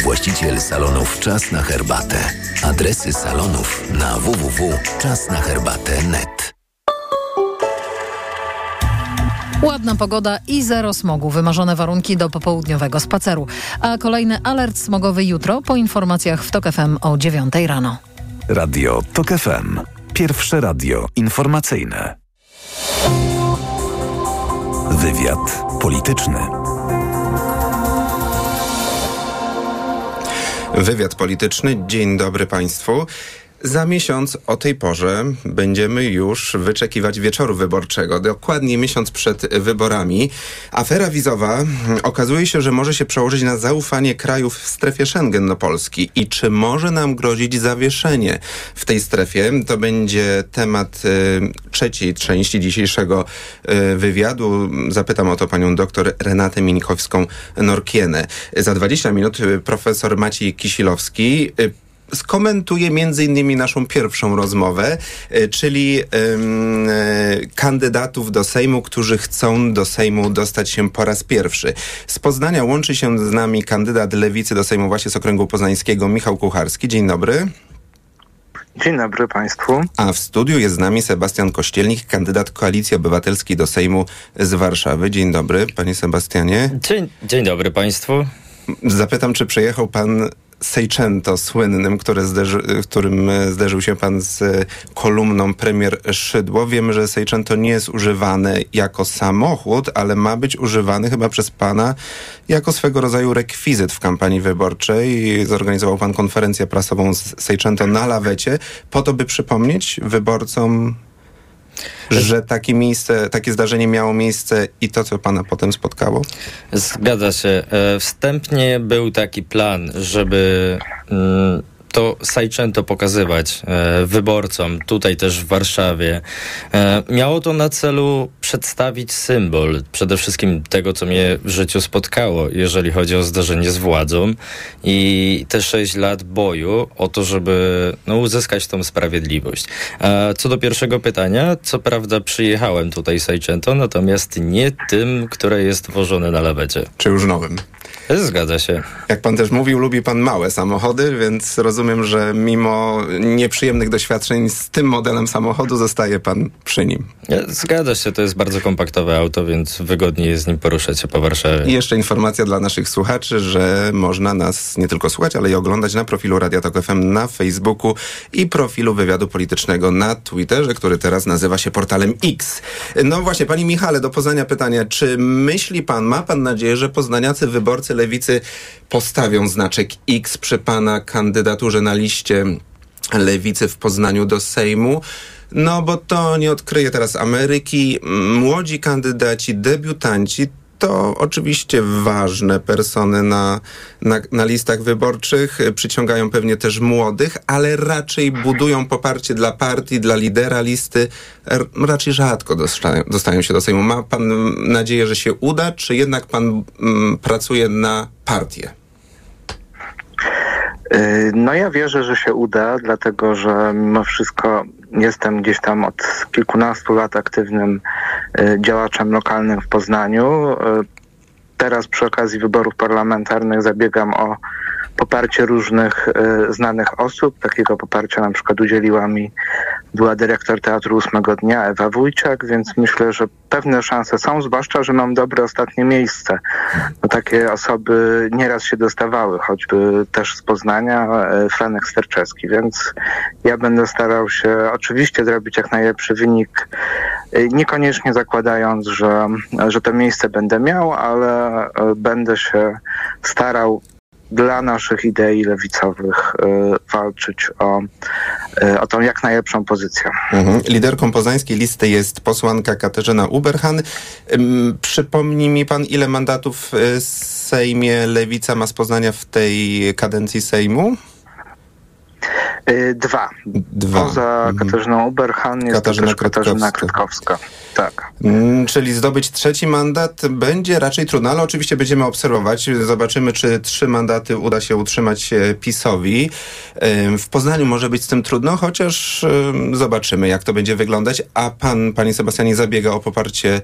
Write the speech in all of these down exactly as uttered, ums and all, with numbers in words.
właściciel salonów Czas na Herbatę. Adresy salonów na w w w kropka czas na herbatę kropka net. Ładna pogoda i zero smogu. Wymarzone warunki do popołudniowego spaceru. A kolejny alert smogowy jutro po informacjach w TOK F M o dziewiątej rano. Radio TOK F M. Pierwsze radio informacyjne. Wywiad polityczny. Wywiad polityczny. Dzień dobry Państwu. Za miesiąc o tej porze będziemy już wyczekiwać wieczoru wyborczego. Dokładnie miesiąc przed wyborami. Afera wizowa okazuje się, że może się przełożyć na zaufanie krajów w strefie Schengen do Polski. I czy może nam grozić zawieszenie w tej strefie? To będzie temat y, trzeciej części dzisiejszego y, wywiadu. Zapytam o to panią doktor Renatę Mińkowską-Norkienę. Za dwadzieścia minut y, profesor Maciej Kisilowski y, skomentuje między innymi naszą pierwszą rozmowę, czyli um, kandydatów do Sejmu, którzy chcą do Sejmu dostać się po raz pierwszy. Z Poznania łączy się z nami kandydat Lewicy do Sejmu właśnie z okręgu poznańskiego, Michał Kucharski. Dzień dobry. Dzień dobry Państwu. A w studiu jest z nami Sebastian Kościelnik, kandydat Koalicji Obywatelskiej do Sejmu z Warszawy. Dzień dobry, panie Sebastianie. Dzień, dzień dobry Państwu. Zapytam, czy przejechał pan Seicento słynnym, który zderzy, w którym zderzył się pan z kolumną premier Szydło. Wiemy, że Seicento nie jest używany jako samochód, ale ma być używany chyba przez pana jako swego rodzaju rekwizyt w kampanii wyborczej. Zorganizował pan konferencję prasową z Seicento na lawecie po to, by przypomnieć wyborcom, że takie miejsce, takie zdarzenie miało miejsce i to, co pana potem spotkało? Zgadza się. Wstępnie był taki plan, żeby mm, to Seicento pokazywać e, wyborcom, tutaj też w Warszawie. E, miało to na celu przedstawić symbol przede wszystkim tego, co mnie w życiu spotkało, jeżeli chodzi o zdarzenie z władzą i te sześć lat boju o to, żeby no, uzyskać tą sprawiedliwość. E, co do pierwszego pytania, co prawda przyjechałem tutaj Seicento, natomiast nie tym, które jest wożone na lawecie. Czy już nowym? Zgadza się. Jak pan też mówił, lubi pan małe samochody, więc rozumiem, że mimo nieprzyjemnych doświadczeń z tym modelem samochodu zostaje pan przy nim. Zgadza się, to jest bardzo kompaktowe auto, więc wygodnie jest z nim poruszać się po Warszawie. I jeszcze informacja dla naszych słuchaczy, że można nas nie tylko słuchać, ale i oglądać na profilu Radia Tok F M na Facebooku i profilu Wywiadu Politycznego na Twitterze, który teraz nazywa się portalem X. No właśnie, panie Michale, do Poznania pytanie. Czy myśli pan, ma pan nadzieję, że poznaniacy wyborcy Lewicy postawią znaczek X przy pana kandydaturze na liście Lewicy w Poznaniu do Sejmu? No bo to nie odkryje teraz Ameryki. Młodzi kandydaci, debiutanci to oczywiście ważne persony na, na, na listach wyborczych. Przyciągają pewnie też młodych, ale raczej budują poparcie dla partii, dla lidera listy. R- raczej rzadko dostają, dostają się do Sejmu. Ma pan nadzieję, że się uda, czy jednak pan mm, pracuje na partię? No ja wierzę, że się uda, dlatego że mimo wszystko jestem gdzieś tam od kilkunastu lat aktywnym działaczem lokalnym w Poznaniu. Teraz przy okazji wyborów parlamentarnych zabiegam o poparcie różnych y, znanych osób. Takiego poparcia na przykład udzieliła mi była dyrektor Teatru Ósmego Dnia Ewa Wójciak, więc myślę, że pewne szanse są, zwłaszcza, że mam dobre ostatnie miejsce. No, takie osoby nieraz się dostawały, choćby też z Poznania, y, Franek Sterczewski, więc ja będę starał się oczywiście zrobić jak najlepszy wynik, y, niekoniecznie zakładając, że, że to miejsce będę miał, ale y, będę się starał dla naszych idei lewicowych y, walczyć o, y, o tą jak najlepszą pozycję. Mhm. Liderką poznańskiej listy jest posłanka Katarzyna Uberhan. Ym, przypomnij mi pan, ile mandatów w Sejmie Lewica ma z Poznania w tej kadencji Sejmu? Y, dwa. Dwa. Poza mhm. Katarzyną Uberhan jest Katarzyna, to też Katarzyna Kretkowska. Tak. Mm, czyli zdobyć trzeci mandat będzie raczej trudno, ale oczywiście będziemy obserwować. Zobaczymy, czy trzy mandaty uda się utrzymać PiS-owi. W Poznaniu może być z tym trudno, chociaż zobaczymy, jak to będzie wyglądać. A pan, panie Sebastianie, zabiega o poparcie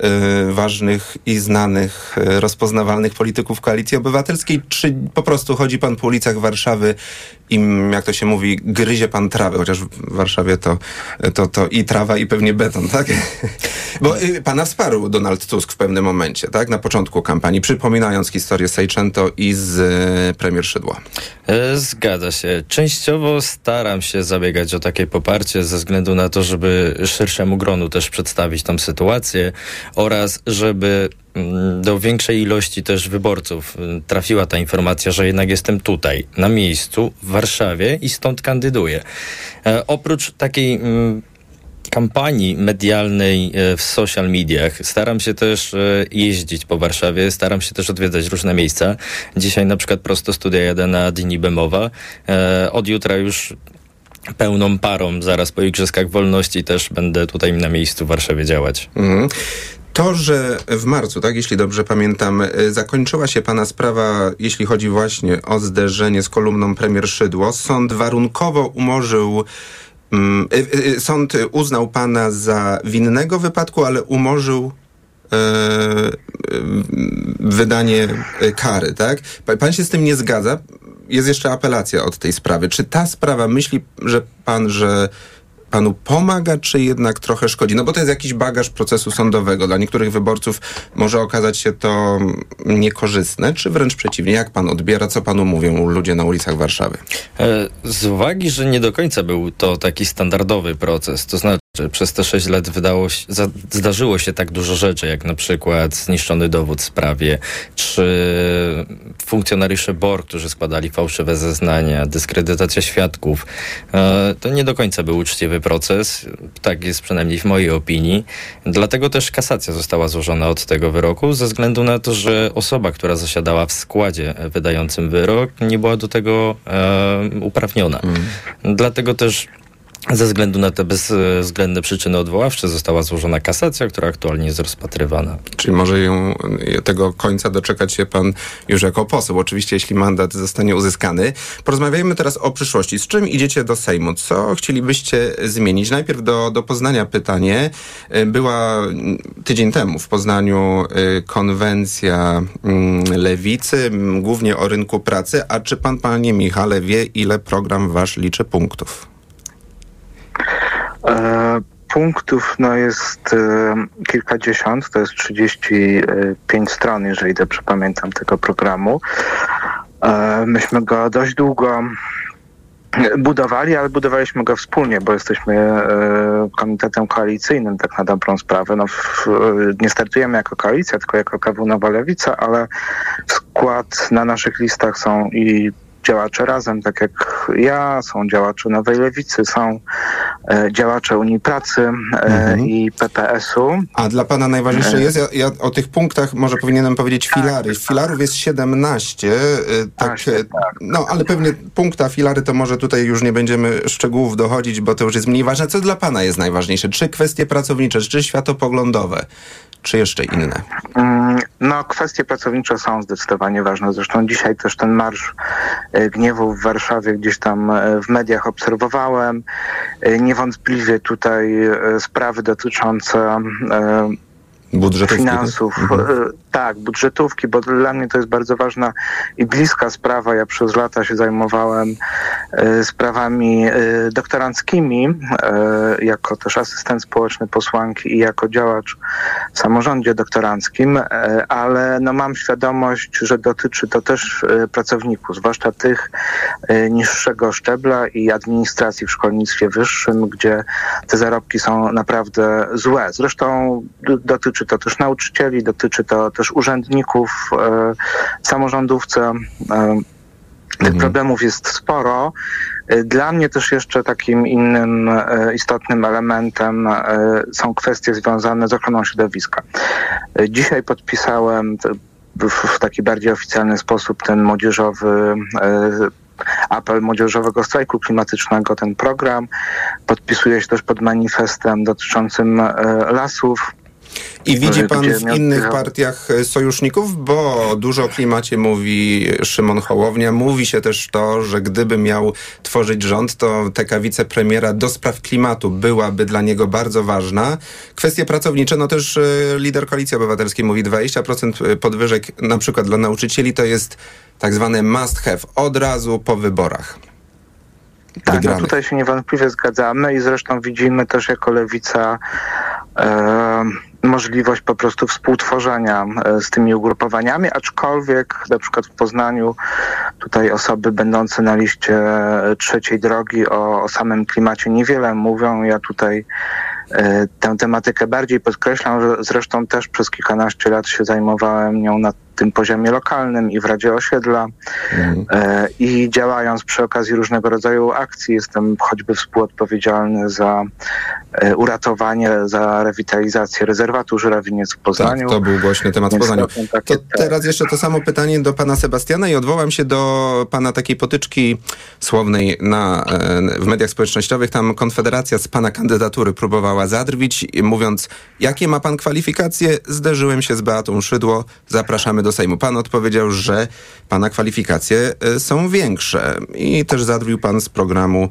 ważnych i znanych, rozpoznawalnych polityków Koalicji Obywatelskiej, czy po prostu chodzi pan po ulicach Warszawy i, jak to się mówi, gryzie pan trawę, chociaż w Warszawie to, to, to i trawa, i pewnie beton, tak? Bo y, pana wsparł Donald Tusk w pewnym momencie, tak? Na początku kampanii, przypominając historię Seicento i z y, premier Szydło. E, zgadza się. Częściowo staram się zabiegać o takie poparcie ze względu na to, żeby szerszemu gronu też przedstawić tą sytuację oraz żeby do większej ilości też wyborców trafiła ta informacja, że jednak jestem tutaj, na miejscu, w Warszawie i stąd kandyduję. E, oprócz takiej mm, kampanii medialnej w social mediach staram się też jeździć po Warszawie, staram się też odwiedzać różne miejsca. Dzisiaj na przykład prosto studia jadę na Dni Bemowa. E, od jutra już pełną parą, zaraz po Igrzyskach Wolności też będę tutaj na miejscu w Warszawie działać. Mhm. To, że w marcu, tak, jeśli dobrze pamiętam, zakończyła się pana sprawa, jeśli chodzi właśnie o zderzenie z kolumną premier Szydło, sąd warunkowo umorzył, mm, y, y, sąd uznał pana za winnego wypadku, ale umorzył y, y, wydanie kary, tak? Pan się z tym nie zgadza? Jest jeszcze apelacja od tej sprawy. Czy ta sprawa, myśli, że pan, że panu pomaga, czy jednak trochę szkodzi? No bo to jest jakiś bagaż procesu sądowego. Dla niektórych wyborców może okazać się to niekorzystne, czy wręcz przeciwnie. Jak pan odbiera, co panu mówią ludzie na ulicach Warszawy? Z uwagi, że nie do końca był to taki standardowy proces, to znaczy przez te sześć lat wydało się, za, zdarzyło się tak dużo rzeczy, jak na przykład zniszczony dowód w sprawie, czy funkcjonariusze B O R, którzy składali fałszywe zeznania, dyskredytacja świadków. E, to nie do końca był uczciwy proces. Tak jest przynajmniej w mojej opinii. Dlatego też kasacja została złożona od tego wyroku, ze względu na to, że osoba, która zasiadała w składzie wydającym wyrok, nie była do tego e, uprawniona. Mm. Dlatego też ze względu na te bezwzględne przyczyny odwoławcze została złożona kasacja, która aktualnie jest rozpatrywana. Czyli może ją, tego końca doczekać się pan już jako poseł, oczywiście jeśli mandat zostanie uzyskany. Porozmawiajmy teraz o przyszłości. Z czym idziecie do Sejmu? Co chcielibyście zmienić? Najpierw do, do Poznania pytanie. Była tydzień temu w Poznaniu konwencja Lewicy, głównie o rynku pracy. A czy pan, panie Michale, wie, ile program wasz liczy punktów? E, punktów no jest e, kilkadziesiąt, to jest trzydzieści pięć stron, jeżeli dobrze pamiętam, tego programu. E, myśmy go dość długo budowali, ale budowaliśmy go wspólnie, bo jesteśmy e, komitetem koalicyjnym, tak na dobrą sprawę. No, w, nie startujemy jako koalicja, tylko jako K W Nowa Lewica, ale w skład na naszych listach są i działacze Razem, tak jak ja, są działacze Nowej Lewicy, są e, działacze Unii Pracy e, mhm. i P P S-u. A dla pana najważniejsze jest, ja, ja o tych punktach może powinienem powiedzieć filary. Filarów jest siedemnaście, e, tak, A, tak, no ale pewnie punkta, filary to może tutaj już nie będziemy szczegółów dochodzić, bo to już jest mniej ważne. Co dla pana jest najważniejsze? Czy kwestie pracownicze, czy światopoglądowe? Czy jeszcze inne? No, kwestie pracownicze są zdecydowanie ważne. Zresztą dzisiaj też ten marsz gniewu w Warszawie gdzieś tam w mediach obserwowałem. Niewątpliwie tutaj sprawy dotyczące budżetówki, finansów, tak? Mhm. Tak, budżetówki, bo dla mnie to jest bardzo ważna i bliska sprawa. Ja przez lata się zajmowałem y, sprawami y, doktoranckimi, y, jako też asystent społeczny posłanki i jako działacz w samorządzie doktoranckim, y, ale no, mam świadomość, że dotyczy to też y, pracowników, zwłaszcza tych y, niższego szczebla i administracji w szkolnictwie wyższym, gdzie te zarobki są naprawdę złe. Zresztą d- dotyczy to też nauczycieli, dotyczy to też urzędników e, w samorządówce. E, tych mhm. problemów jest sporo. E, dla mnie też jeszcze takim innym e, istotnym elementem e, są kwestie związane z ochroną środowiska. E, dzisiaj podpisałem te, w, w taki bardziej oficjalny sposób ten młodzieżowy e, apel młodzieżowego strajku klimatycznego, ten program. Podpisuje się też pod manifestem dotyczącym e, lasów. I widzi pan w innych partiach sojuszników, bo dużo o klimacie mówi Szymon Hołownia. Mówi się też to, że gdyby miał tworzyć rząd, to taka wicepremiera do spraw klimatu byłaby dla niego bardzo ważna. Kwestie pracownicze, no też lider Koalicji Obywatelskiej mówi dwadzieścia procent podwyżek na przykład dla nauczycieli to jest tak zwany must have od razu po wyborach. Tak, no tutaj się niewątpliwie zgadzamy i zresztą widzimy też jako Lewica e, możliwość po prostu współtworzenia e, z tymi ugrupowaniami, aczkolwiek na przykład w Poznaniu tutaj osoby będące na liście trzeciej drogi o, o samym klimacie niewiele mówią. Ja tutaj e, tę tematykę bardziej podkreślam, że zresztą też przez kilkanaście lat się zajmowałem nią na tym poziomie lokalnym i w Radzie Osiedla mm. e, i działając przy okazji różnego rodzaju akcji jestem choćby współodpowiedzialny za e, uratowanie, za rewitalizację rezerwatu Żurawiniec w Poznaniu. Tak, to był głośny temat w Poznaniu. To teraz jeszcze to samo pytanie do pana Sebastiana i odwołam się do pana takiej potyczki słownej na, w mediach społecznościowych. Tam Konfederacja z pana kandydatury próbowała zadrwić, mówiąc, jakie ma pan kwalifikacje? Zderzyłem się z Beatą Szydło, zapraszamy do Sejmu. Pan odpowiedział, że pana kwalifikacje są większe i też zadrwił pan z programu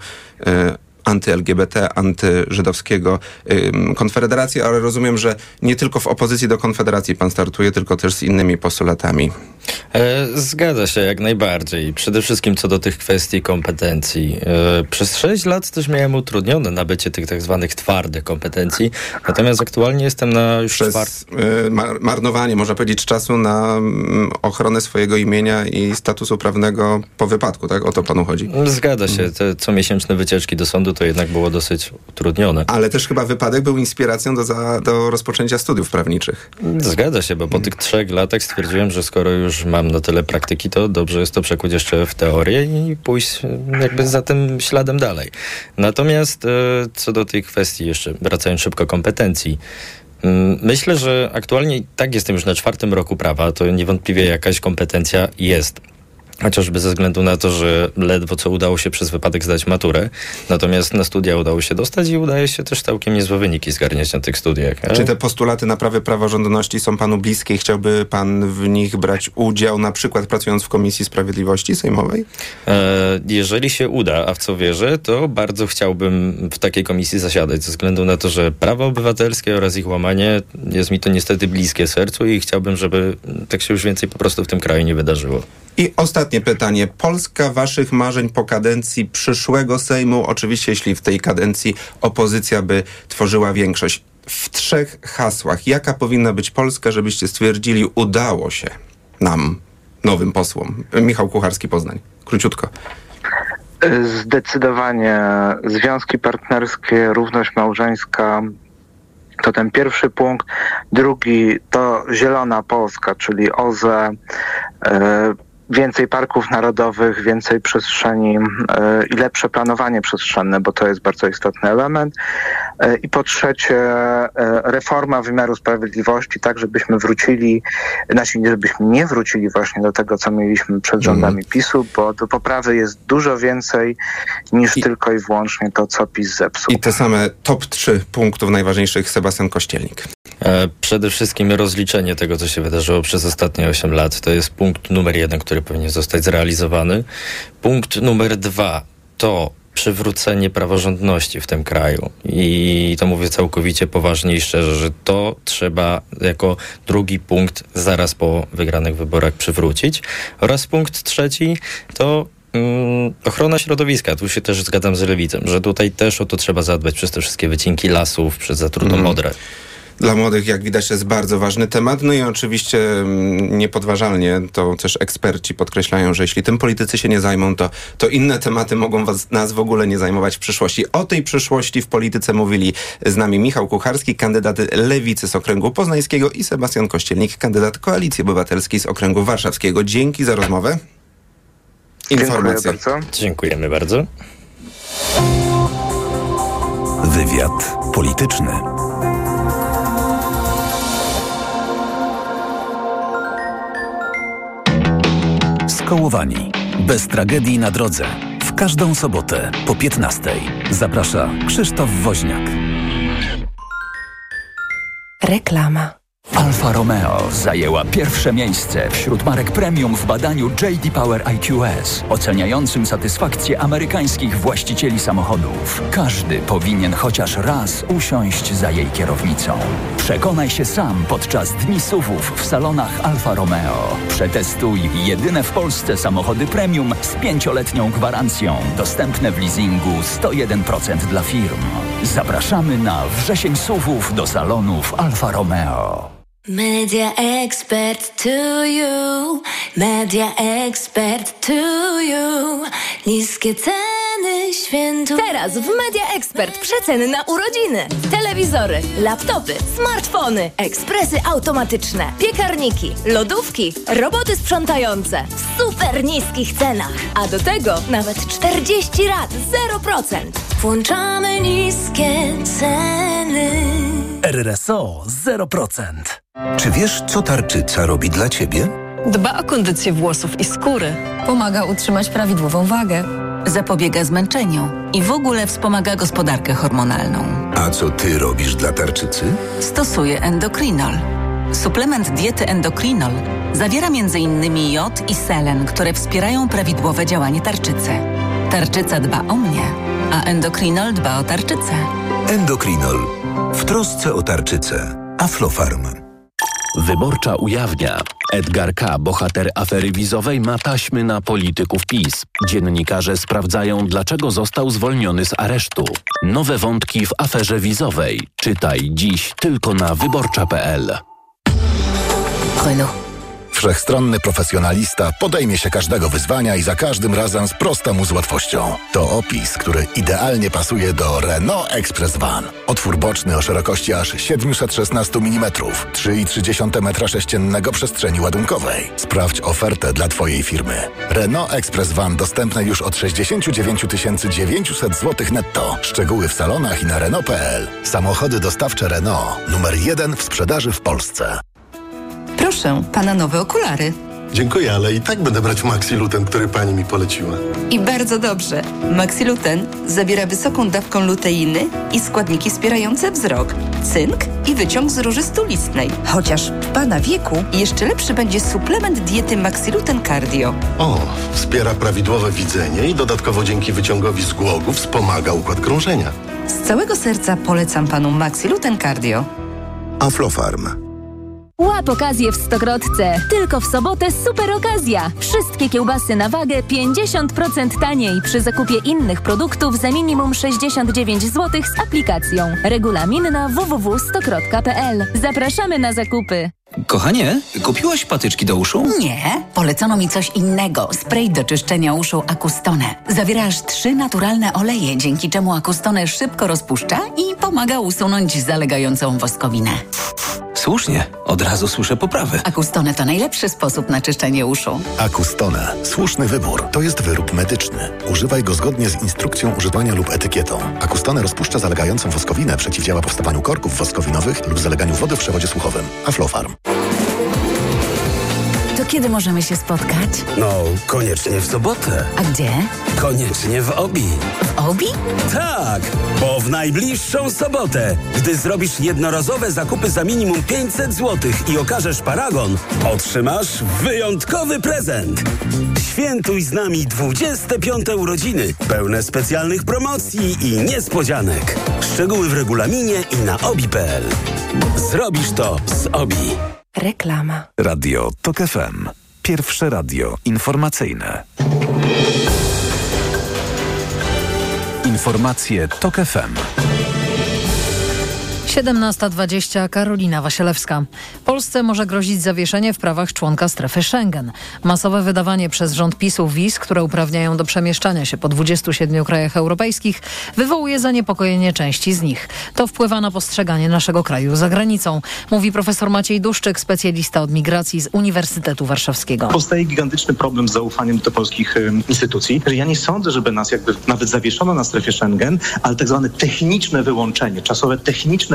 y, anty-L G B T, antyżydowskiego y, Konfederacji, ale rozumiem, że nie tylko w opozycji do Konfederacji pan startuje, tylko też z innymi postulatami. E, zgadza się jak najbardziej. Przede wszystkim co do tych kwestii kompetencji. E, przez sześć lat też miałem utrudnione nabycie tych tak zwanych twardych kompetencji, natomiast aktualnie jestem na już Przez czwart... y, mar- marnowanie, można powiedzieć, czasu na y, ochronę swojego imienia i statusu prawnego po wypadku, tak? O to panu chodzi. Zgadza się. Te comiesięczne wycieczki do sądu to jednak było dosyć utrudnione. Ale też chyba wypadek był inspiracją do, za, do rozpoczęcia studiów prawniczych. Zgadza się, bo po tych trzech latach stwierdziłem, że skoro już mam na tyle praktyki, to dobrze jest to przekuć jeszcze w teorię i pójść jakby za tym śladem dalej. Natomiast e, co do tej kwestii jeszcze, wracając szybko kompetencji, myślę, że aktualnie i tak jestem już na czwartym roku prawa, to niewątpliwie jakaś kompetencja jest. Chociażby ze względu na to, że ledwo co udało się przez wypadek zdać maturę, natomiast na studia udało się dostać i udaje się też całkiem niezłe wyniki zgarniać na tych studiach. Ale... Czy te postulaty naprawy praworządności są panu bliskie i chciałby pan w nich brać udział, na przykład pracując w Komisji Sprawiedliwości Sejmowej? E, jeżeli się uda, a w co wierzę, to bardzo chciałbym w takiej komisji zasiadać, ze względu na to, że prawa obywatelskie oraz ich łamanie jest mi to niestety bliskie sercu i chciałbym, żeby tak się już więcej po prostu w tym kraju nie wydarzyło. I ostatnie pytanie. Polska waszych marzeń po kadencji przyszłego Sejmu, oczywiście jeśli w tej kadencji opozycja by tworzyła większość. W trzech hasłach. Jaka powinna być Polska, żebyście stwierdzili, udało się nam, nowym posłom? Michał Kucharski, Poznań. Króciutko. Zdecydowanie związki partnerskie, równość małżeńska, to ten pierwszy punkt. Drugi to Zielona Polska, czyli O Z E, e, więcej parków narodowych, więcej przestrzeni yy, i lepsze planowanie przestrzenne, bo to jest bardzo istotny element. Yy, I po trzecie yy, reforma wymiaru sprawiedliwości, tak żebyśmy wrócili, znaczy żebyśmy nie wrócili właśnie do tego, co mieliśmy przed rządami mm. PiSu, bo do poprawy jest dużo więcej niż I, tylko i wyłącznie to, co PiS zepsuł. I te same top trzy punktów najważniejszych, Sebastian Kościelnik. Przede wszystkim rozliczenie tego, co się wydarzyło przez ostatnie osiem lat. To jest punkt numer jeden, który powinien zostać zrealizowany. Punkt numer dwa to przywrócenie praworządności w tym kraju. I to mówię całkowicie poważnie i szczerze, że to trzeba jako drugi punkt zaraz po wygranych wyborach przywrócić. Oraz punkt trzeci to Hmm, ochrona środowiska. Tu się też zgadzam z Lewicą, że tutaj też o to trzeba zadbać przez te wszystkie wycinki lasów, przez zatrutą mm. modrę. Dla młodych, jak widać, to jest bardzo ważny temat. No i oczywiście niepodważalnie to też eksperci podkreślają, że jeśli tym politycy się nie zajmą, to, to inne tematy mogą was, nas w ogóle nie zajmować w przyszłości. O tej przyszłości w polityce mówili z nami Michał Kucharski, kandydat Lewicy z okręgu poznańskiego i Sebastian Kościelnik, kandydat Koalicji Obywatelskiej z okręgu warszawskiego. Dzięki za rozmowę. Informacja. Dziękuję bardzo. Dziękujemy bardzo. Wywiad polityczny. Skołowani. Bez tragedii na drodze. każdą sobotę po piętnastej. Zaprasza Krzysztof Woźniak. Reklama. Alfa Romeo zajęła pierwsze miejsce wśród marek premium w badaniu J D Power I Q S, oceniającym satysfakcję amerykańskich właścicieli samochodów. Każdy powinien chociaż raz usiąść za jej kierownicą. Przekonaj się sam podczas Dni S U V-ów w salonach Alfa Romeo. Przetestuj jedyne w Polsce samochody premium z pięcioletnią gwarancją, dostępne w leasingu sto jeden procent dla firm. Zapraszamy na wrzesień S U V-ów do salonów Alfa Romeo. Media Expert to you, Media Expert to you. Niskie ceny świętu. Teraz w Media Expert przeceny na urodziny. Telewizory, laptopy, smartfony, ekspresy automatyczne, piekarniki, lodówki, roboty sprzątające w super niskich cenach. A do tego nawet czterdzieści lat, zero procent. Włączamy niskie ceny. R R S O zero procent. Czy wiesz, co tarczyca robi dla ciebie? Dba o kondycję włosów i skóry. Pomaga utrzymać prawidłową wagę. Zapobiega zmęczeniu i w ogóle wspomaga gospodarkę hormonalną. A co ty robisz dla tarczycy? Stosuję Endokrinol. Suplement diety Endokrinol zawiera między innymi jod i selen, które wspierają prawidłowe działanie tarczycy. Tarczyca dba o mnie, a Endokrinol dba o tarczycę. Endokrinol. W trosce o tarczycę. Aflofarm. Wyborcza ujawnia. Edgar K., bohater afery wizowej, ma taśmy na polityków PiS. Dziennikarze sprawdzają, dlaczego został zwolniony z aresztu. Nowe wątki w aferze wizowej. Czytaj dziś tylko na wyborcza kropka p l. Renault. Wszechstronny profesjonalista podejmie się każdego wyzwania i za każdym razem sprosta mu z łatwością. To opis, który idealnie pasuje do Renault Express Van. Otwór boczny o szerokości aż siedemset szesnaście milimetrów, trzy przecinek trzy metra sześciennego przestrzeni ładunkowej. Sprawdź ofertę dla Twojej firmy. Renault Express Van dostępne już od sześćdziesiąt dziewięć tysięcy dziewięćset złotych netto. Szczegóły w salonach i na Renault kropka p l. Samochody dostawcze Renault. Numer jeden w sprzedaży w Polsce. Proszę, pana nowe okulary. Dziękuję, ale i tak będę brać Maxiluten, który pani mi poleciła. I bardzo dobrze. Maxiluten zawiera wysoką dawką luteiny i składniki wspierające wzrok, cynk i wyciąg z róży stulistnej. Chociaż w pana wieku jeszcze lepszy będzie suplement diety Maxiluten Cardio. O, wspiera prawidłowe widzenie i dodatkowo dzięki wyciągowi z głogu wspomaga układ krążenia. Z całego serca polecam panu Maxiluten Cardio. Aflofarm. Łap okazję w Stokrotce. Tylko w sobotę super okazja. Wszystkie kiełbasy na wagę pięćdziesiąt procent taniej przy zakupie innych produktów za minimum sześćdziesiąt dziewięć złotych z aplikacją. Regulamin na w w w kropka stokrotka kropka p l. Zapraszamy na zakupy. Kochanie, kupiłaś patyczki do uszu? Nie, polecono mi coś innego. Spray do czyszczenia uszu Acustone. Zawiera aż trzy naturalne oleje, dzięki czemu Acustone szybko rozpuszcza i pomaga usunąć zalegającą woskowinę. Słusznie, od razu słyszę poprawę. Acustone to najlepszy sposób na czyszczenie uszu. Acustone. Słuszny wybór. To jest wyrób medyczny. Używaj go zgodnie z instrukcją używania lub etykietą. Acustone rozpuszcza zalegającą woskowinę, przeciwdziała powstawaniu korków woskowinowych lub zaleganiu wody w przewodzie słuchowym. Aflofarm. To kiedy możemy się spotkać? No, koniecznie w sobotę. A gdzie? Koniecznie w Obi. W Obi? Tak, bo w najbliższą sobotę, gdy zrobisz jednorazowe zakupy za minimum pięćset złotych i okażesz paragon, otrzymasz wyjątkowy prezent. Świętuj z nami dwudzieste piąte urodziny, pełne specjalnych promocji i niespodzianek. Szczegóły w regulaminie i na obi kropka p l. Zrobisz to z Obi. Reklama. Radio TOK F M. Pierwsze radio informacyjne. Informacje TOK F M. siedemnasta dwadzieścia, Karolina Wasielewska. Polsce może grozić zawieszenie w prawach członka strefy Schengen. Masowe wydawanie przez rząd PiS-u wiz, które uprawniają do przemieszczania się po dwudziestu siedmiu krajach europejskich, wywołuje zaniepokojenie części z nich. To wpływa na postrzeganie naszego kraju za granicą, mówi profesor Maciej Duszczyk, specjalista od migracji z Uniwersytetu Warszawskiego. Powstaje gigantyczny problem z zaufaniem do polskich y, instytucji. Ja nie sądzę, żeby nas jakby nawet zawieszono na strefie Schengen, ale tak zwane techniczne wyłączenie, czasowe techniczne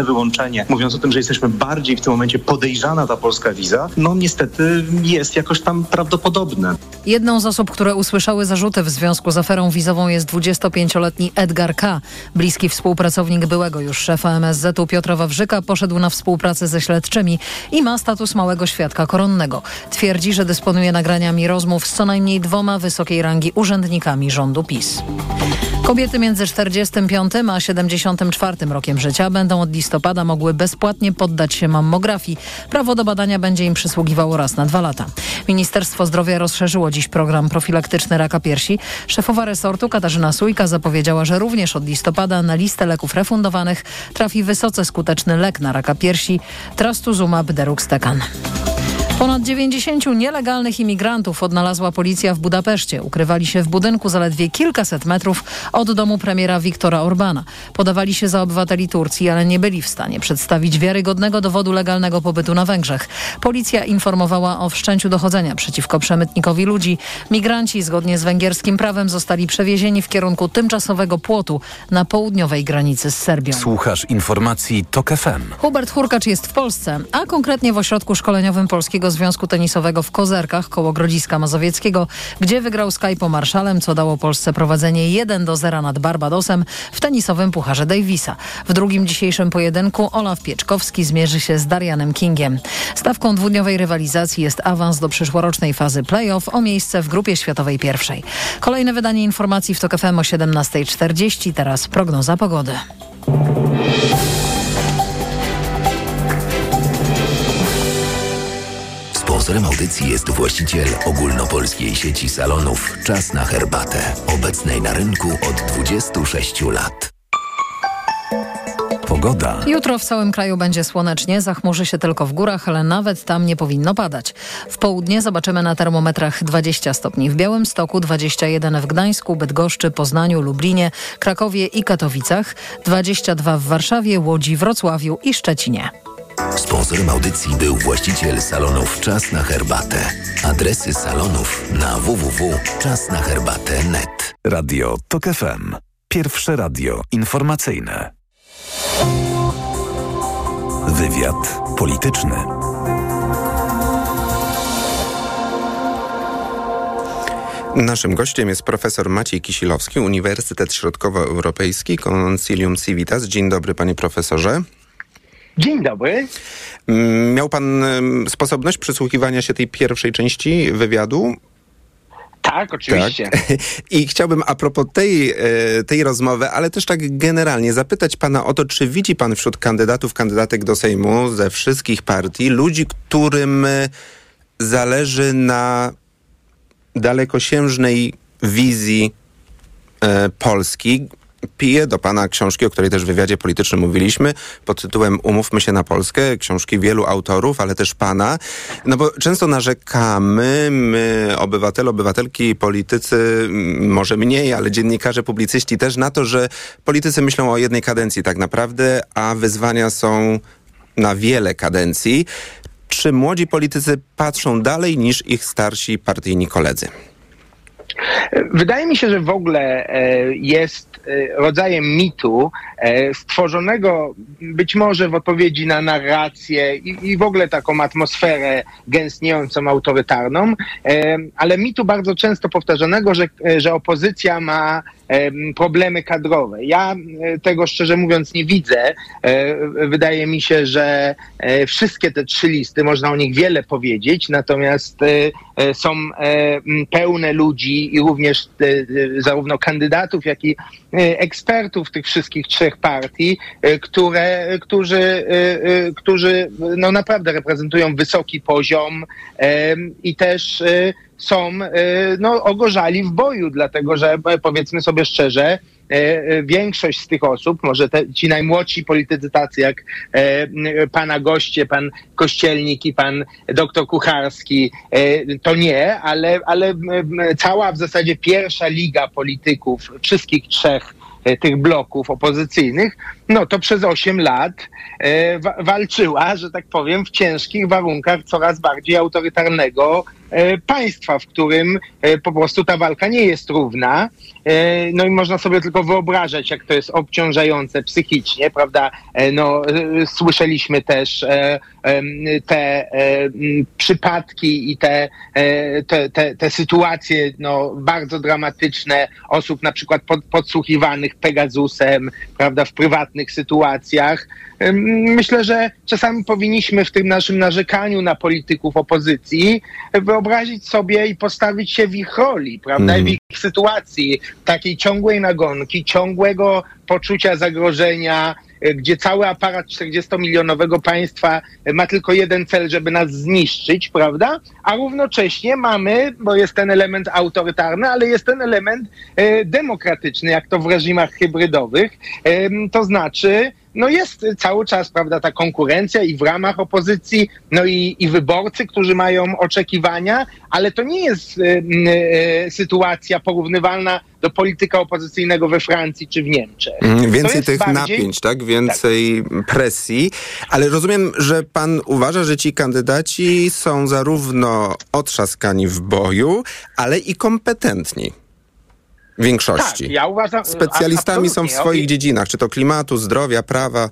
wyłączenie, mówiąc o tym, że jesteśmy bardziej w tym momencie podejrzana ta polska wiza, no niestety jest jakoś tam prawdopodobne. Jedną z osób, które usłyszały zarzuty w związku z aferą wizową jest dwudziestopięcioletni Edgar K. Bliski współpracownik byłego już szefa M S Z u Piotra Wawrzyka poszedł na współpracę ze śledczymi i ma status małego świadka koronnego. Twierdzi, że dysponuje nagraniami rozmów z co najmniej dwoma wysokiej rangi urzędnikami rządu PiS. Kobiety między czterdziestym piątym a siedemdziesiątym czwartym rokiem życia będą od listopada mogły bezpłatnie poddać się mammografii. Prawo do badania będzie im przysługiwało raz na dwa lata. Ministerstwo Zdrowia rozszerzyło dziś program profilaktyczny raka piersi. Szefowa resortu Katarzyna Sójka zapowiedziała, że również od listopada na listę leków refundowanych trafi wysoce skuteczny lek na raka piersi Trastuzumab deruxtecan. Ponad dziewięćdziesięciu nielegalnych imigrantów odnalazła policja w Budapeszcie. Ukrywali się w budynku zaledwie kilkaset metrów od domu premiera Viktora Orbana. Podawali się za obywateli Turcji, ale nie byli w stanie przedstawić wiarygodnego dowodu legalnego pobytu na Węgrzech. Policja informowała o wszczęciu dochodzenia przeciwko przemytnikowi ludzi. Migranci zgodnie z węgierskim prawem zostali przewiezieni w kierunku tymczasowego płotu na południowej granicy z Serbią. Słuchasz informacji TOK F M. Hubert Hurkacz jest w Polsce, a konkretnie w ośrodku szkoleniowym Polskiego Związku Tenisowego w Kozerkach koło Grodziska Mazowieckiego, gdzie wygrał z Kajpo Marszalem, co dało Polsce prowadzenie jeden do zera nad Barbadosem w tenisowym Pucharze Davisa. W drugim dzisiejszym pojedynku Olaf Pieczkowski zmierzy się z Darianem Kingiem. Stawką dwudniowej rywalizacji jest awans do przyszłorocznej fazy play-off o miejsce w grupie światowej pierwszej. Kolejne wydanie informacji w TOK F M o siedemnasta czterdzieści. Teraz prognoza pogody. Sponsorem audycji jest właściciel ogólnopolskiej sieci salonów Czas na herbatę, obecnej na rynku od dwudziestu sześciu lat. Pogoda. Jutro w całym kraju będzie słonecznie, zachmurzy się tylko w górach, ale nawet tam nie powinno padać. W południe zobaczymy na termometrach dwadzieścia stopni w Białymstoku, dwadzieścia jeden w Gdańsku, Bydgoszczy, Poznaniu, Lublinie, Krakowie i Katowicach, dwadzieścia dwa w Warszawie, Łodzi, Wrocławiu i Szczecinie. Sponsorem audycji był właściciel salonów Czas na herbatę. Adresy salonów na w w w kropka czas na herbatę kropka net. Radio TOK F M. Pierwsze radio informacyjne. Wywiad polityczny. Naszym gościem jest profesor Maciej Kisilowski, Uniwersytet Środkowoeuropejski, Concilium Civitas. Dzień dobry, panie profesorze. Dzień dobry. Miał pan sposobność przysłuchiwania się tej pierwszej części wywiadu? Tak, oczywiście. Tak. I chciałbym a propos tej, tej rozmowy, ale też tak generalnie zapytać pana o to, czy widzi pan wśród kandydatów, kandydatek do Sejmu ze wszystkich partii ludzi, którym zależy na dalekosiężnej wizji e, Polski. Piję do pana książki, o której też w wywiadzie politycznym mówiliśmy, pod tytułem Umówmy się na Polskę, książki wielu autorów, ale też pana. No bo często narzekamy, my, obywatele, obywatelki, politycy, może mniej, ale dziennikarze, publicyści też na to, że politycy myślą o jednej kadencji tak naprawdę, a wyzwania są na wiele kadencji. Czy młodzi politycy patrzą dalej niż ich starsi partyjni koledzy? Wydaje mi się, że w ogóle jest rodzajem mitu stworzonego być może w odpowiedzi na narrację i, i w ogóle taką atmosferę gęstniejącą, autorytarną, ale mitu bardzo często powtarzanego, że, że opozycja ma problemy kadrowe. Ja tego szczerze mówiąc nie widzę. Wydaje mi się, że wszystkie te trzy listy, można o nich wiele powiedzieć, natomiast są pełne ludzi i również zarówno kandydatów, jak i ekspertów tych wszystkich trzech partii, które, którzy, którzy no naprawdę reprezentują wysoki poziom i też są no, ogorzali w boju, dlatego że powiedzmy sobie szczerze, większość z tych osób, może te, ci najmłodsi politycy tacy jak e, pana goście, pan Kościelnik i pan doktor Kucharski, e, to nie, ale, ale cała w zasadzie pierwsza liga polityków wszystkich trzech tych bloków opozycyjnych no to przez osiem lat e, wa- walczyła, że tak powiem, w ciężkich warunkach coraz bardziej autorytarnego e, państwa, w którym e, po prostu ta walka nie jest równa. E, no i można sobie tylko wyobrażać, jak to jest obciążające psychicznie, prawda? E, no, e, słyszeliśmy też e, e, te e, m, przypadki i te, e, te, te, te sytuacje no, bardzo dramatyczne osób na przykład pod, podsłuchiwanych Pegasusem, prawda, w prywatnych sytuacjach. Myślę, że czasami powinniśmy w tym naszym narzekaniu na polityków opozycji wyobrazić sobie i postawić się w ich roli, prawda, mm. w ich sytuacji, takiej ciągłej nagonki, ciągłego poczucia zagrożenia, gdzie cały aparat czterdziestomilionowego państwa ma tylko jeden cel, żeby nas zniszczyć, prawda? A równocześnie mamy, bo jest ten element autorytarny, ale jest ten element e, demokratyczny, jak to w reżimach hybrydowych. E, to znaczy, no jest cały czas, prawda, ta konkurencja i w ramach opozycji, no i, i wyborcy, którzy mają oczekiwania, ale to nie jest e, e, sytuacja porównywalna do polityka opozycyjnego we Francji czy w Niemczech. Mm, więcej tych bardziej... napięć, tak? Więcej tak. presji. Ale rozumiem, że pan uważa, że ci kandydaci są zarówno otrzaskani w boju, ale i kompetentni. W większości. Tak, ja uważam, specjalistami są w swoich okay. dziedzinach, czy to klimatu, zdrowia, prawa.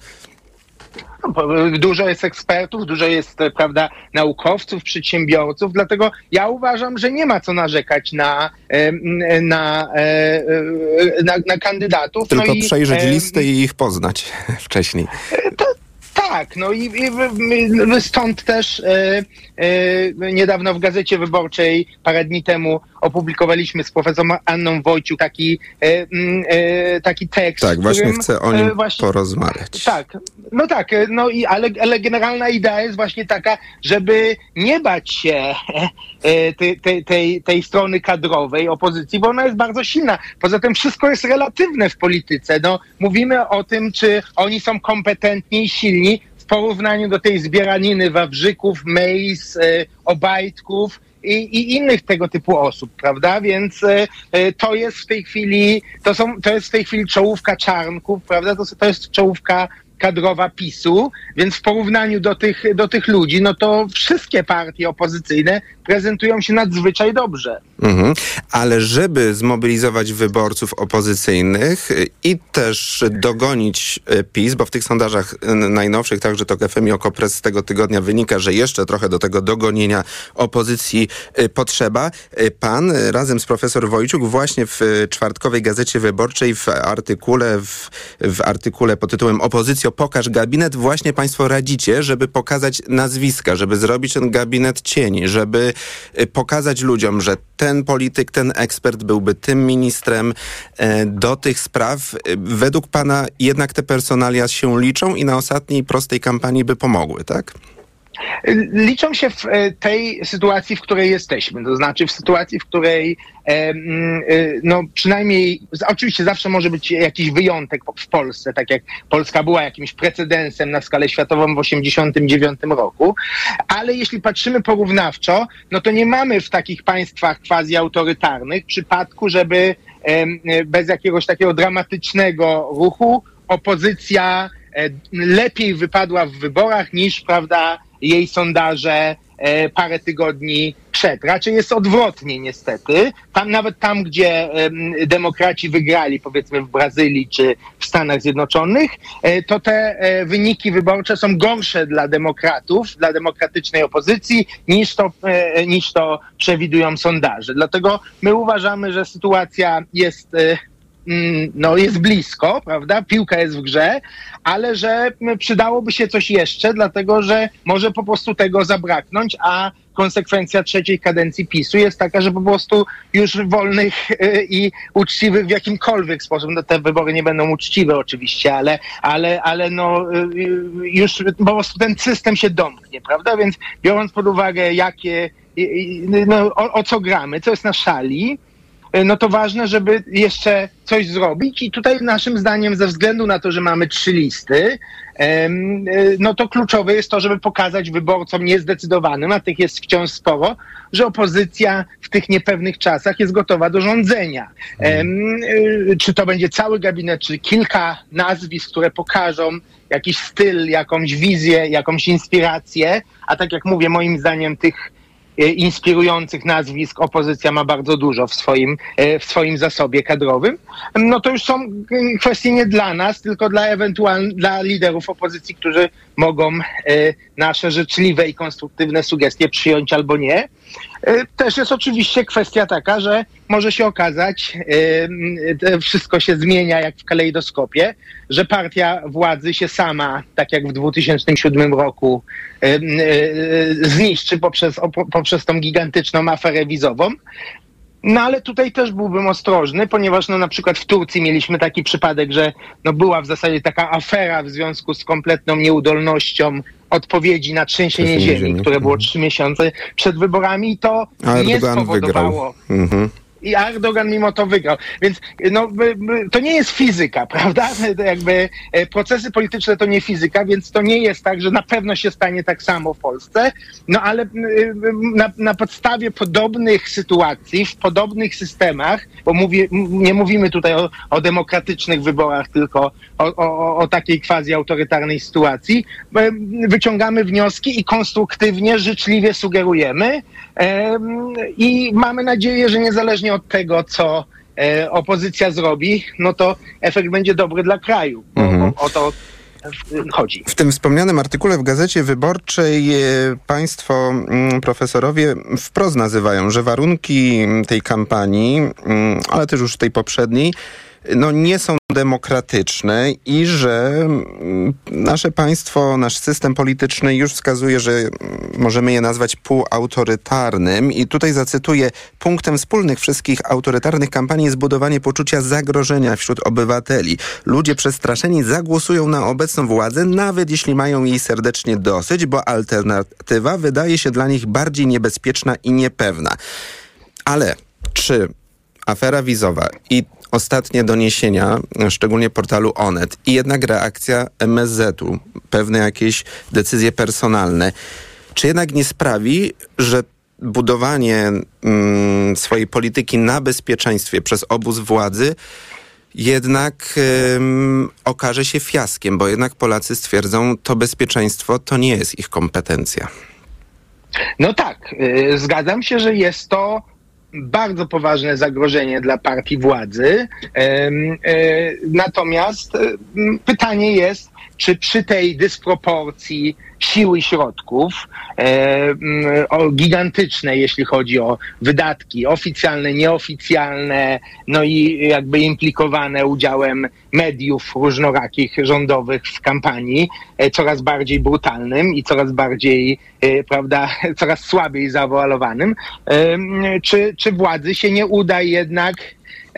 Dużo jest ekspertów, dużo jest, prawda, naukowców, przedsiębiorców, dlatego ja uważam, że nie ma co narzekać na, na, na, na kandydatów. Tylko no i, przejrzeć e, listy i ich poznać wcześniej. To, tak, no i, i stąd też e, e, niedawno w Gazecie Wyborczej, parę dni temu, opublikowaliśmy z profesorem Anną Wojciuk taki, e, e, taki tekst. Tak, właśnie którym, chcę o nim właśnie, porozmawiać. Tak, no tak, no i ale, ale generalna idea jest właśnie taka, żeby nie bać się tej, tej, tej, tej strony kadrowej opozycji, bo ona jest bardzo silna. Poza tym wszystko jest relatywne w polityce. No, mówimy o tym, czy oni są kompetentni i silni w porównaniu do tej zbieraniny Wawrzyków, Mejs, Obajtków i, i innych tego typu osób, prawda? Więc e, to jest w tej chwili, to są, to jest w tej chwili czołówka Czarnków, prawda? To, to jest czołówka kadrowa PiSu, więc w porównaniu do tych, do tych ludzi, no to wszystkie partie opozycyjne prezentują się nadzwyczaj dobrze. Mhm. Ale żeby zmobilizować wyborców opozycyjnych i też dogonić PiS, bo w tych sondażach najnowszych, także TOK F M i Okopres z tego tygodnia wynika, że jeszcze trochę do tego dogonienia opozycji potrzeba. Pan razem z profesor Wojciuk właśnie w czwartkowej Gazecie Wyborczej w artykule, w, w artykule pod tytułem Opozycjo, pokaż gabinet, właśnie państwo radzicie, żeby pokazać nazwiska, żeby zrobić ten gabinet cieni, żeby pokazać ludziom, że ten polityk, ten ekspert byłby tym ministrem do tych spraw. Według pana jednak te personalia się liczą i na ostatniej prostej kampanii by pomogły, tak? Liczą się w tej sytuacji, w której jesteśmy. To znaczy w sytuacji, w której no przynajmniej, oczywiście zawsze może być jakiś wyjątek w Polsce, tak jak Polska była jakimś precedensem na skalę światową w osiemdziesiątym dziewiątym roku, ale jeśli patrzymy porównawczo, no to nie mamy w takich państwach quasi-autorytarnych przypadku, żeby bez jakiegoś takiego dramatycznego ruchu opozycja lepiej wypadła w wyborach niż, prawda, jej sondaże e, parę tygodni przed. Raczej jest odwrotnie niestety. Tam nawet tam, gdzie e, demokraci wygrali, powiedzmy w Brazylii czy w Stanach Zjednoczonych, e, to te e, wyniki wyborcze są gorsze dla demokratów, dla demokratycznej opozycji niż to, e, niż to przewidują sondaże. Dlatego my uważamy, że sytuacja jest e, no jest blisko, prawda? Piłka jest w grze, ale że przydałoby się coś jeszcze, dlatego że może po prostu tego zabraknąć, a konsekwencja trzeciej kadencji PiSu jest taka, że po prostu już wolnych i uczciwych w jakimkolwiek sposób, no te wybory nie będą uczciwe oczywiście, ale, ale, ale no już po prostu ten system się domknie, prawda? Więc biorąc pod uwagę jakie, no, o, o co gramy, co jest na szali, no to ważne, żeby jeszcze coś zrobić i tutaj naszym zdaniem ze względu na to, że mamy trzy listy, no to kluczowe jest to, żeby pokazać wyborcom niezdecydowanym, a tych jest wciąż sporo, że opozycja w tych niepewnych czasach jest gotowa do rządzenia. Czy to będzie cały gabinet, czy kilka nazwisk, które pokażą jakiś styl, jakąś wizję, jakąś inspirację, a tak jak mówię, moim zdaniem tych inspirujących nazwisk opozycja ma bardzo dużo w swoim, w swoim zasobie kadrowym, no to już są kwestie nie dla nas, tylko dla ewentualnych, dla liderów opozycji, którzy mogą nasze życzliwe i konstruktywne sugestie przyjąć albo nie. Też jest oczywiście kwestia taka, że może się okazać, wszystko się zmienia jak w kalejdoskopie, że partia władzy się sama, tak jak w dwa tysiące siódmym roku, zniszczy poprzez, poprzez tą gigantyczną aferę wizową. No ale tutaj też byłbym ostrożny, ponieważ no, na przykład w Turcji mieliśmy taki przypadek, że no, była w zasadzie taka afera w związku z kompletną nieudolnością odpowiedzi na trzęsienie ziemi, ziemi, które było trzy miesiące przed wyborami i to A nie Erdogan spowodowało... Mhm. I Erdogan mimo to wygrał. Więc no, to nie jest fizyka, prawda? Jakby procesy polityczne to nie fizyka, więc to nie jest tak, że na pewno się stanie tak samo w Polsce. No ale na, na podstawie podobnych sytuacji, w podobnych systemach, bo mówi, nie mówimy tutaj o, o demokratycznych wyborach, tylko o, o, o takiej quasi-autorytarnej sytuacji, wyciągamy wnioski i konstruktywnie, życzliwie sugerujemy i mamy nadzieję, że niezależnie od tego, co e, opozycja zrobi, no to efekt będzie dobry dla kraju. Bo, mhm. o, o to chodzi. W tym wspomnianym artykule w Gazecie Wyborczej e, państwo m, profesorowie wprost nazywają, że warunki tej kampanii, m, ale też już tej poprzedniej, no nie są demokratyczne i że nasze państwo, nasz system polityczny już wskazuje, że możemy je nazwać półautorytarnym i tutaj zacytuję: punktem wspólnych wszystkich autorytarnych kampanii jest budowanie poczucia zagrożenia wśród obywateli. Ludzie przestraszeni zagłosują na obecną władzę, nawet jeśli mają jej serdecznie dosyć, bo alternatywa wydaje się dla nich bardziej niebezpieczna i niepewna. Ale czy afera wizowa i ostatnie doniesienia, szczególnie portalu Onet, i jednak reakcja M S Z-u, pewne jakieś decyzje personalne, czy jednak nie sprawi, że budowanie mm, swojej polityki na bezpieczeństwie przez obóz władzy jednak ym, okaże się fiaskiem, bo jednak Polacy stwierdzą, to bezpieczeństwo to nie jest ich kompetencja. No tak, yy, zgadzam się, że jest to bardzo poważne zagrożenie dla partii władzy. Natomiast pytanie jest, czy przy tej dysproporcji sił i środków, o gigantyczne, jeśli chodzi o wydatki oficjalne, nieoficjalne, no i jakby implikowane udziałem mediów różnorakich rządowych w kampanii, coraz bardziej brutalnym i coraz bardziej, prawda, coraz słabiej zawoalowanym, czy, czy władzy się nie uda jednak e,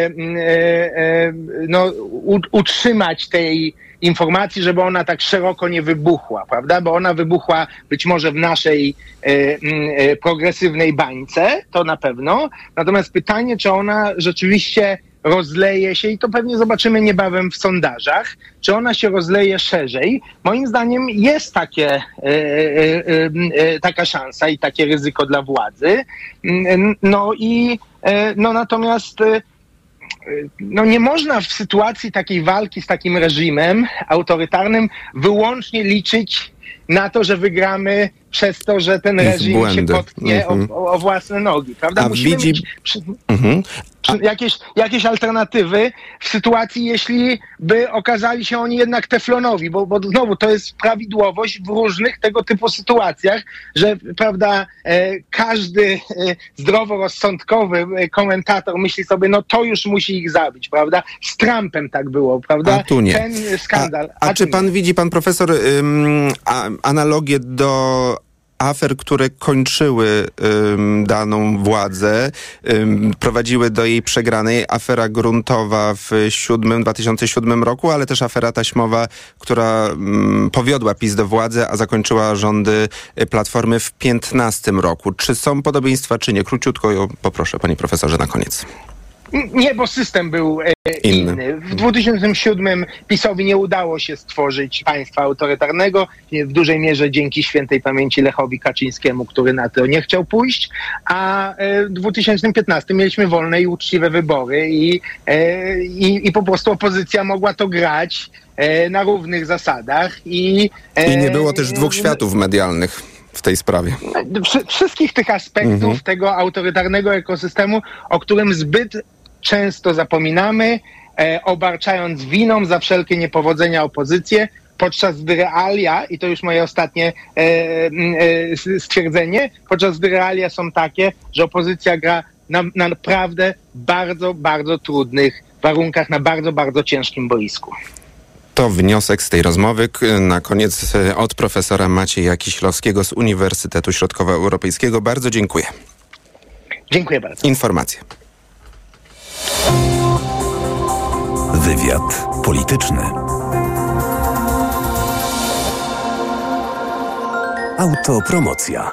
e, no, u, utrzymać tej informacji, żeby ona tak szeroko nie wybuchła, prawda? Bo ona wybuchła być może w naszej e, e, progresywnej bańce, to na pewno. Natomiast pytanie, czy ona rzeczywiście rozleje się, i to pewnie zobaczymy niebawem w sondażach, czy ona się rozleje szerzej. Moim zdaniem jest takie, e, e, e, taka szansa i takie ryzyko dla władzy. No i e, no natomiast e, no nie można w sytuacji takiej walki z takim reżimem autorytarnym wyłącznie liczyć na to, że wygramy przez to, że ten reżim się potknie mm-hmm. o, o własne nogi, prawda? A Musimy widzi... mieć przy... mm-hmm. A... jakieś, jakieś alternatywy w sytuacji, jeśli by okazali się oni jednak teflonowi, bo, bo znowu to jest prawidłowość w różnych tego typu sytuacjach, że prawda, e, każdy e, zdroworozsądkowy komentator myśli sobie, no to już musi ich zabić, prawda? Z Trumpem tak było, prawda? A tu nie. Ten skandal. A, a, a czy pan nie. widzi, pan profesor, ym, a, analogię do afer, które kończyły ym, daną władzę, ym, prowadziły do jej przegranej. Afera gruntowa w siódmym, dwa tysiące siódmym roku, ale też afera taśmowa, która ym, powiodła PiS do władzy, a zakończyła rządy Platformy w piętnastym roku. Czy są podobieństwa, czy nie? Króciutko poproszę, panie profesorze, na koniec. Nie, bo system był e, inny. inny. W dwa tysiące siódmym PiS-owi nie udało się stworzyć państwa autorytarnego, w dużej mierze dzięki świętej pamięci Lechowi Kaczyńskiemu, który na to nie chciał pójść, a e, w dwa tysiące piętnastym mieliśmy wolne i uczciwe wybory i, e, i, i po prostu opozycja mogła to grać e, na równych zasadach. I, e, I nie było też dwóch światów medialnych w tej sprawie. Wszystkich tych aspektów mhm. tego autorytarnego ekosystemu, o którym zbyt często zapominamy, e, obarczając winą za wszelkie niepowodzenia opozycję, podczas gdy realia, i to już moje ostatnie e, e, stwierdzenie, podczas gdy realia są takie, że opozycja gra na, na naprawdę bardzo, bardzo trudnych warunkach, na bardzo, bardzo ciężkim boisku. To wniosek z tej rozmowy. Na koniec od profesora Macieja Kiślowskiego z Uniwersytetu Środkowoeuropejskiego. Bardzo dziękuję. Dziękuję bardzo. Informacje. Wywiad polityczny. Autopromocja.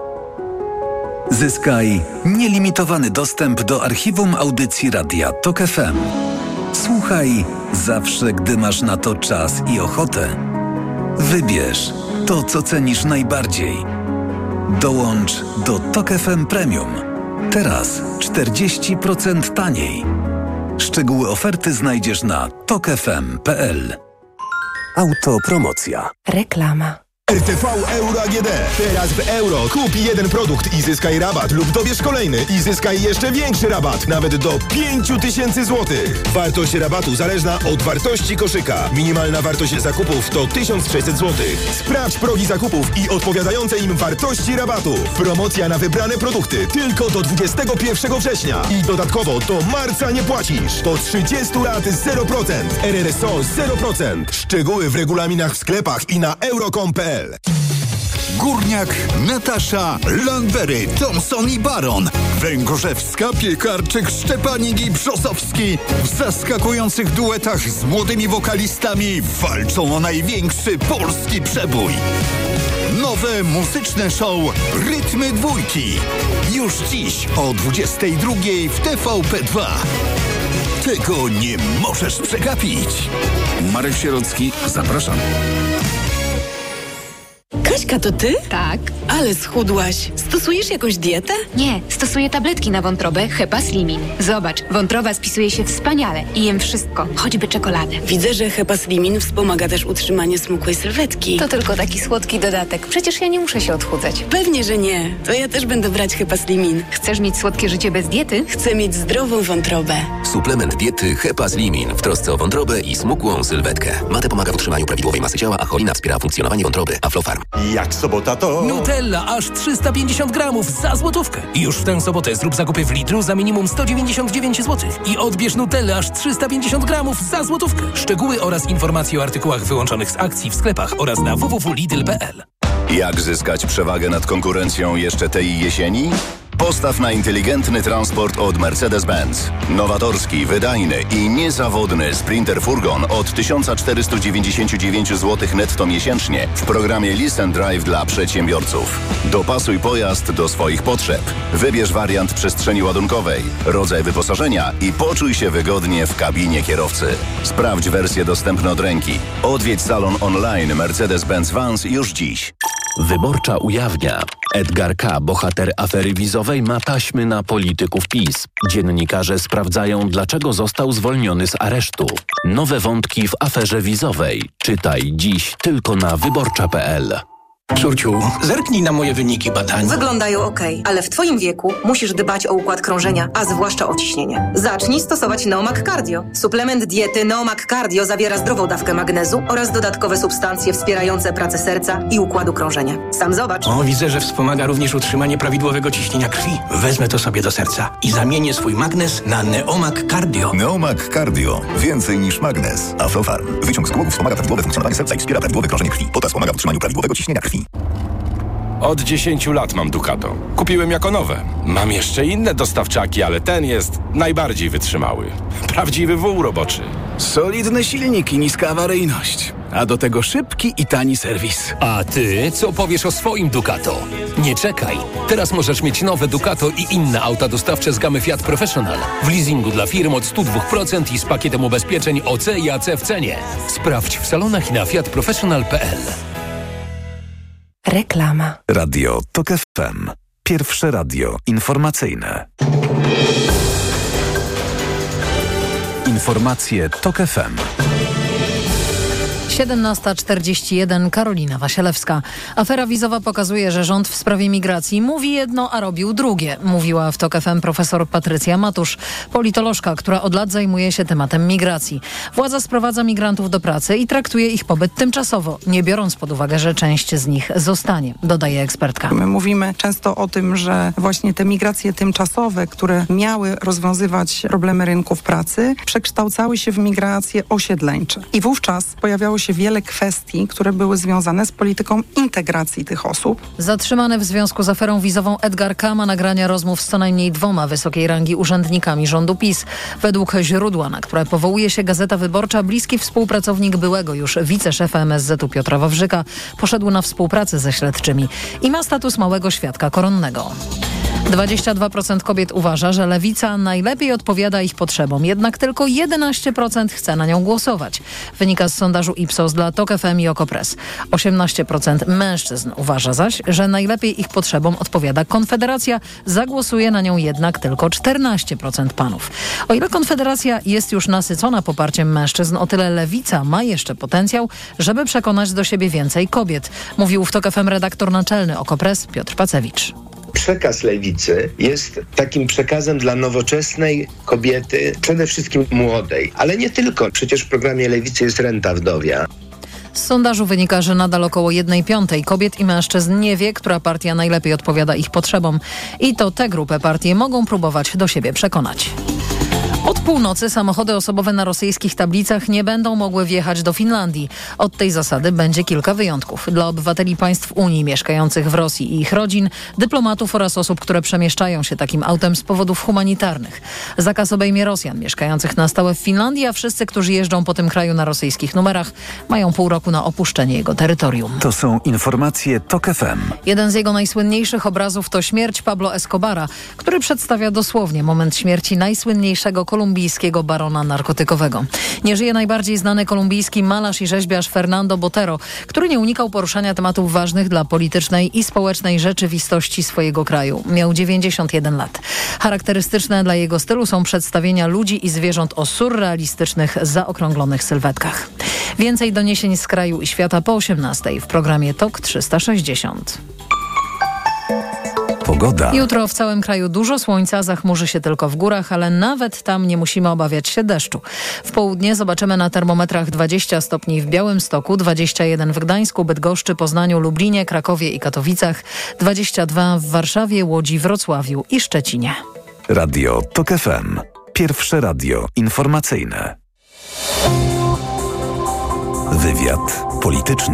Zyskaj nielimitowany dostęp do archiwum audycji Radia Tok F M. Słuchaj zawsze, gdy masz na to czas i ochotę. Wybierz to, co cenisz najbardziej. Dołącz do Tok F M Premium. Teraz czterdzieści procent taniej. Szczegóły oferty znajdziesz na tok f m kropka p l. Autopromocja. Reklama. R T V Euro A G D. Teraz w euro kup jeden produkt i zyskaj rabat lub dobierz kolejny i zyskaj jeszcze większy rabat, nawet do pięć tysięcy złotych. Wartość rabatu zależna od wartości koszyka. Minimalna wartość zakupów to tysiąc sześćset złotych. Sprawdź progi zakupów i odpowiadające im wartości rabatu. Promocja na wybrane produkty tylko do dwudziestego pierwszego września. I dodatkowo do marca nie płacisz. Do trzydzieści lat zero procent. R R S O zero procent. Szczegóły w regulaminach w sklepach i na euro kropka com kropka p l. Górniak, Natasza, Landberry, Thompson i Baron, Węgorzewska, Piekarczyk, Szczepanik i Brzosowski w zaskakujących duetach z młodymi wokalistami walczą o największy polski przebój. Nowe muzyczne show Rytmy Dwójki. Już dziś o dwudziestej drugiej w T V P dwa. Tego nie możesz przegapić. Marek Sierocki, zapraszam. Kaśka, to ty? Tak. Ale schudłaś. Stosujesz jakąś dietę? Nie, stosuję tabletki na wątrobę Hepaslimin. Zobacz, wątroba spisuje się wspaniale i jem wszystko, choćby czekoladę. Widzę, że Hepaslimin wspomaga też utrzymanie smukłej sylwetki. To tylko taki słodki dodatek. Przecież ja nie muszę się odchudzać. Pewnie, że nie. To ja też będę brać Hepaslimin. Chcesz mieć słodkie życie bez diety? Chcę mieć zdrową wątrobę. Suplement diety Hepaslimin w trosce o wątrobę i smukłą sylwetkę. Mate pomaga w utrzymaniu prawidłowej masy ciała, a cholina wspiera funkcjonowanie wątroby. Aflofarm. Jak sobota to... Nutella aż trzysta pięćdziesiąt gramów za złotówkę. I już w tę sobotę zrób zakupy w Lidlu za minimum sto dziewięćdziesiąt dziewięć złotych. I odbierz Nutellę aż trzysta pięćdziesiąt gramów za złotówkę. Szczegóły oraz informacje o artykułach wyłączonych z akcji w sklepach oraz na w w w kropka lidl kropka p l. Jak zyskać przewagę nad konkurencją jeszcze tej jesieni? Postaw na inteligentny transport od Mercedes-Benz. Nowatorski, wydajny i niezawodny Sprinter Furgon od tysiąc czterysta dziewięćdziesiąt dziewięć złotych netto miesięcznie w programie Lease and Drive dla przedsiębiorców. Dopasuj pojazd do swoich potrzeb. Wybierz wariant przestrzeni ładunkowej, rodzaj wyposażenia i poczuj się wygodnie w kabinie kierowcy. Sprawdź wersję dostępną od ręki. Odwiedź salon online Mercedes-Benz Vans już dziś. Wyborcza ujawnia. Edgar K., bohater afery wizowej, ma taśmy na polityków PiS. Dziennikarze sprawdzają, dlaczego został zwolniony z aresztu. Nowe wątki w aferze wizowej. Czytaj dziś tylko na wyborcza kropka p l. Córciu, zerknij na moje wyniki badań. Wyglądają ok, ale w twoim wieku musisz dbać o układ krążenia, a zwłaszcza o ciśnienie. Zacznij stosować Neomag Cardio. Suplement diety Neomag Cardio zawiera zdrową dawkę magnezu oraz dodatkowe substancje wspierające pracę serca i układu krążenia. Sam zobacz. O, widzę, że wspomaga również utrzymanie prawidłowego ciśnienia krwi. Wezmę to sobie do serca i zamienię swój magnez na Neomag Cardio. Neomag Cardio. Więcej niż magnez. Aflofarm. Wyciąg z głowów wspomaga prawidłowe funkcjonowanie serca i wspiera prawidłowe krążenie krwi. Potas pomaga w utrzymaniu prawidłowego ciśnienia krwi. Od dziesięciu lat mam Ducato. Kupiłem jako nowe. Mam jeszcze inne dostawczaki, ale ten jest najbardziej wytrzymały. Prawdziwy wół roboczy. Solidny silnik i niska awaryjność. A do tego szybki i tani serwis. A ty co powiesz o swoim Ducato? Nie czekaj. Teraz możesz mieć nowe Ducato i inne auta dostawcze z gamy Fiat Professional. W leasingu dla firm od sto dwa procent i z pakietem ubezpieczeń O C i A C w cenie. Sprawdź w salonach i na fiat professional kropka p l. Reklama. Radio TOK F M. Pierwsze radio informacyjne. Informacje TOK F M. siedemnasta czterdzieści jeden, Karolina Wasielewska. Afera wizowa pokazuje, że rząd w sprawie migracji mówi jedno, a robił drugie. Mówiła w TOK F M profesor Patrycja Matusz, politolożka, która od lat zajmuje się tematem migracji. Władza sprowadza migrantów do pracy i traktuje ich pobyt tymczasowo, nie biorąc pod uwagę, że część z nich zostanie, dodaje ekspertka. My mówimy często o tym, że właśnie te migracje tymczasowe, które miały rozwiązywać problemy rynków pracy, przekształcały się w migracje osiedleńcze. I wówczas pojawiało się wiele kwestii, które były związane z polityką integracji tych osób. Zatrzymany w związku z aferą wizową Edgar K. ma nagrania rozmów z co najmniej dwoma wysokiej rangi urzędnikami rządu PiS. Według źródła, na które powołuje się Gazeta Wyborcza, bliski współpracownik byłego już wiceszefa M S Z u Piotra Wawrzyka poszedł na współpracę ze śledczymi i ma status małego świadka koronnego. dwadzieścia dwa procent kobiet uważa, że lewica najlepiej odpowiada ich potrzebom, jednak tylko jedenaście procent chce na nią głosować. Wynika z sondażu Ipsos dla TOK F M i Okopres. osiemnaście procent mężczyzn uważa zaś, że najlepiej ich potrzebom odpowiada Konfederacja. Zagłosuje na nią jednak tylko czternaście procent panów. O ile Konfederacja jest już nasycona poparciem mężczyzn, o tyle lewica ma jeszcze potencjał, żeby przekonać do siebie więcej kobiet. Mówił w TOK F M redaktor naczelny Okopres Piotr Pacewicz. Przekaz lewicy jest takim przekazem dla nowoczesnej kobiety, przede wszystkim młodej, ale nie tylko. Przecież w programie lewicy jest renta wdowia. Z sondażu wynika, że nadal około jednej piątej kobiet i mężczyzn nie wie, która partia najlepiej odpowiada ich potrzebom. I to tę grupę partie mogą próbować do siebie przekonać. Od północy samochody osobowe na rosyjskich tablicach nie będą mogły wjechać do Finlandii. Od tej zasady będzie kilka wyjątków. Dla obywateli państw Unii mieszkających w Rosji i ich rodzin, dyplomatów oraz osób, które przemieszczają się takim autem z powodów humanitarnych. Zakaz obejmie Rosjan mieszkających na stałe w Finlandii, a wszyscy, którzy jeżdżą po tym kraju na rosyjskich numerach, mają pół roku na opuszczenie jego terytorium. To są informacje TOK F M. Jeden z jego najsłynniejszych obrazów to śmierć Pablo Escobara, który przedstawia dosłownie moment śmierci najsłynniejszego kolumbijskiego barona narkotykowego. Nie żyje najbardziej znany kolumbijski malarz i rzeźbiarz Fernando Botero, który nie unikał poruszania tematów ważnych dla politycznej i społecznej rzeczywistości swojego kraju. Miał dziewięćdziesiąt jeden lat. Charakterystyczne dla jego stylu są przedstawienia ludzi i zwierząt o surrealistycznych, zaokrąglonych sylwetkach. Więcej doniesień z kraju i świata po osiemnastej w programie TOK trzysta sześćdziesiąt. Pogoda. Jutro w całym kraju dużo słońca, zachmurzy się tylko w górach, ale nawet tam nie musimy obawiać się deszczu. W południe zobaczymy na termometrach dwadzieścia stopni w Białymstoku, dwadzieścia jeden w Gdańsku, Bydgoszczy, Poznaniu, Lublinie, Krakowie i Katowicach, dwadzieścia dwa w Warszawie, Łodzi, Wrocławiu i Szczecinie. Radio TOK F M. Pierwsze radio informacyjne. Wywiad polityczny.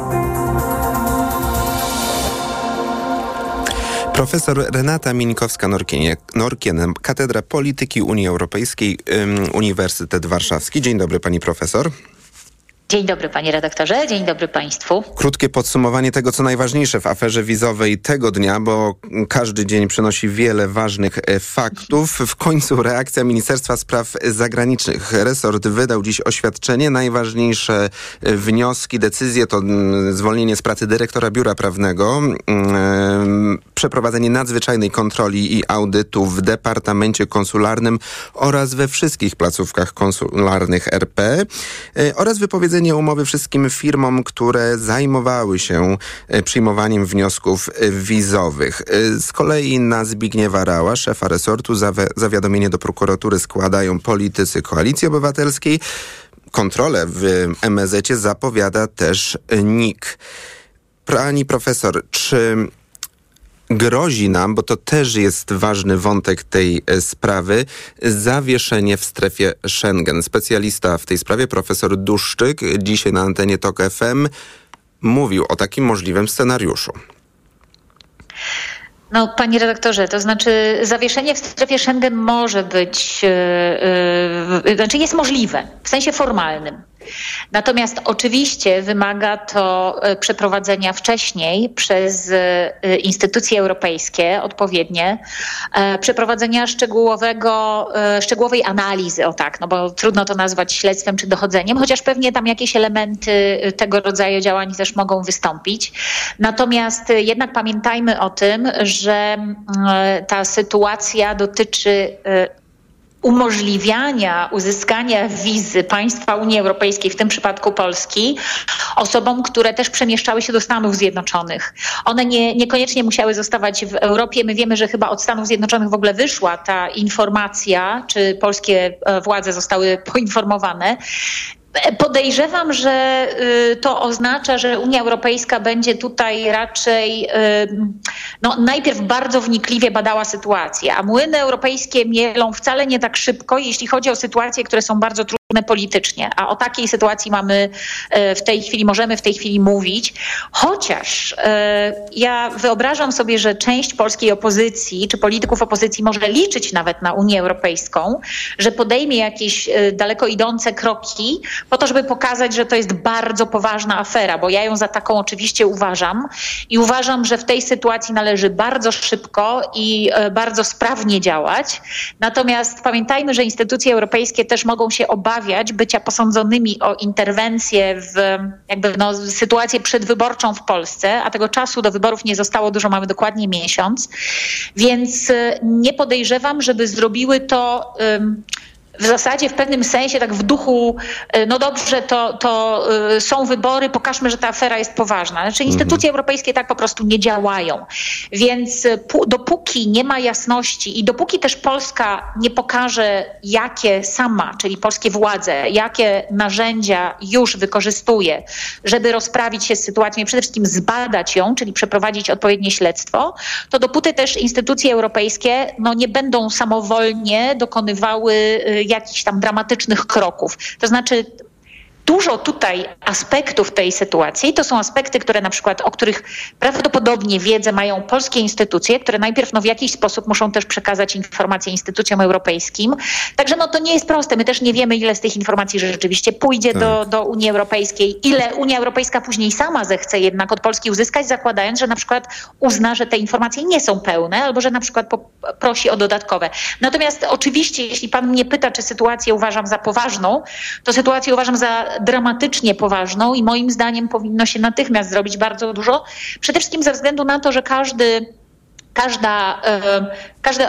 Profesor Renata Mińkowska-Norkien, Katedra Polityki Unii Europejskiej, um, Uniwersytet Warszawski. Dzień dobry, pani profesor. Dzień dobry, panie redaktorze, dzień dobry państwu. Krótkie podsumowanie tego, co najważniejsze w aferze wizowej tego dnia, bo każdy dzień przynosi wiele ważnych faktów. W końcu reakcja Ministerstwa Spraw Zagranicznych. Resort wydał dziś oświadczenie. Najważniejsze wnioski, decyzje to zwolnienie z pracy dyrektora Biura Prawnego, przeprowadzenie nadzwyczajnej kontroli i audytu w Departamencie Konsularnym oraz we wszystkich placówkach konsularnych R P oraz wypowiedzenie umowy wszystkim firmom, które zajmowały się przyjmowaniem wniosków wizowych. Z kolei na Zbigniewa Raua, szefa resortu, zawi- zawiadomienie do prokuratury składają politycy Koalicji Obywatelskiej. Kontrolę w M S Z-cie zapowiada też N I K. Pani profesor, czy grozi nam, bo to też jest ważny wątek tej sprawy, zawieszenie w strefie Schengen? Specjalista w tej sprawie, profesor Duszczyk, dzisiaj na antenie TOK F M mówił o takim możliwym scenariuszu. No, panie redaktorze, to znaczy zawieszenie w strefie Schengen może być, yy, yy, znaczy jest możliwe w sensie formalnym. Natomiast oczywiście wymaga to przeprowadzenia wcześniej przez instytucje europejskie odpowiednie, przeprowadzenia szczegółowego, szczegółowej analizy, o tak, no bo trudno to nazwać śledztwem czy dochodzeniem, chociaż pewnie tam jakieś elementy tego rodzaju działań też mogą wystąpić. Natomiast jednak pamiętajmy o tym, że ta sytuacja dotyczy umożliwiania uzyskania wizy państwa Unii Europejskiej, w tym przypadku Polski, osobom, które też przemieszczały się do Stanów Zjednoczonych. One nie, niekoniecznie musiały zostawać w Europie. My wiemy, że chyba od Stanów Zjednoczonych w ogóle wyszła ta informacja, czy polskie władze zostały poinformowane. Podejrzewam, że to oznacza, że Unia Europejska będzie tutaj raczej no, najpierw bardzo wnikliwie badała sytuację, a młyny europejskie mielą wcale nie tak szybko, jeśli chodzi o sytuacje, które są bardzo trudne politycznie. A o takiej sytuacji mamy w tej chwili, możemy w tej chwili mówić. Chociaż ja wyobrażam sobie, że część polskiej opozycji, czy polityków opozycji może liczyć nawet na Unię Europejską, że podejmie jakieś daleko idące kroki, po to, żeby pokazać, że to jest bardzo poważna afera, bo ja ją za taką oczywiście uważam i uważam, że w tej sytuacji należy bardzo szybko i bardzo sprawnie działać. Natomiast pamiętajmy, że instytucje europejskie też mogą się obawiać bycia posądzonymi o interwencję w jakby no, sytuację przedwyborczą w Polsce, a tego czasu do wyborów nie zostało dużo, mamy dokładnie miesiąc, więc nie podejrzewam, żeby zrobiły to um, w zasadzie w pewnym sensie tak w duchu, no dobrze, to, to y, są wybory, pokażmy, że ta afera jest poważna. Znaczy instytucje mhm. europejskie tak po prostu nie działają. Więc pu- dopóki nie ma jasności i dopóki też Polska nie pokaże, jakie sama, czyli polskie władze, jakie narzędzia już wykorzystuje, żeby rozprawić się z sytuacją i przede wszystkim zbadać ją, czyli przeprowadzić odpowiednie śledztwo, to dopóty też instytucje europejskie no, nie będą samowolnie dokonywały y, jakichś tam dramatycznych kroków. To znaczy dużo tutaj aspektów tej sytuacji to są aspekty, które na przykład, o których prawdopodobnie wiedzę mają polskie instytucje, które najpierw no, w jakiś sposób muszą też przekazać informacje instytucjom europejskim. Także no, to nie jest proste. My też nie wiemy, ile z tych informacji rzeczywiście pójdzie tak. do, do Unii Europejskiej, ile Unia Europejska później sama zechce jednak od Polski uzyskać, zakładając, że na przykład uzna, że te informacje nie są pełne albo że na przykład prosi o dodatkowe. Natomiast oczywiście, jeśli pan mnie pyta, czy sytuację uważam za poważną, to sytuację uważam za dramatycznie poważną i moim zdaniem powinno się natychmiast zrobić bardzo dużo. Przede wszystkim ze względu na to, że każdy, każda, yy, każde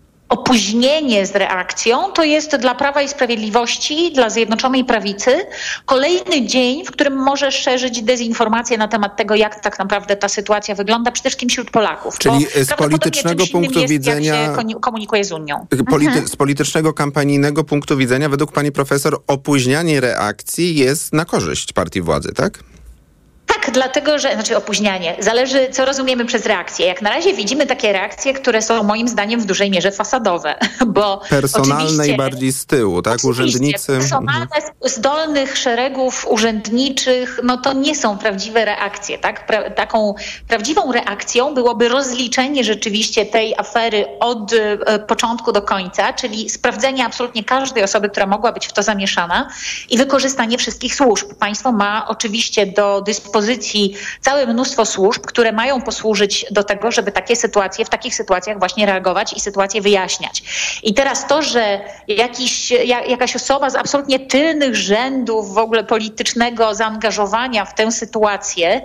opóźnienie z reakcją to jest dla Prawa i Sprawiedliwości, dla Zjednoczonej Prawicy kolejny dzień, w którym może szerzyć dezinformację na temat tego, jak tak naprawdę ta sytuacja wygląda, przede wszystkim wśród Polaków. Czyli z politycznego punktu jest, widzenia... Jak się komunikuje z Unią. Polity- mhm. Z politycznego, kampanijnego punktu widzenia, według pani profesor, opóźnianie reakcji jest na korzyść partii władzy, tak? Tak, dlatego, że, znaczy opóźnianie, zależy co rozumiemy przez reakcje. Jak na razie widzimy takie reakcje, które są moim zdaniem w dużej mierze fasadowe, bo personalne i bardziej z tyłu, tak? Urzędnicy. Personalne z dolnych szeregów urzędniczych, no to nie są prawdziwe reakcje, tak? Pra- taką prawdziwą reakcją byłoby rozliczenie rzeczywiście tej afery od e, początku do końca, czyli sprawdzenie absolutnie każdej osoby, która mogła być w to zamieszana i wykorzystanie wszystkich służb. Państwo ma oczywiście do dyspozycji całe mnóstwo służb, które mają posłużyć do tego, żeby takie sytuacje, w takich sytuacjach właśnie reagować i sytuacje wyjaśniać. I teraz to, że jakiś, jakaś osoba z absolutnie tylnych rzędów w ogóle politycznego zaangażowania w tę sytuację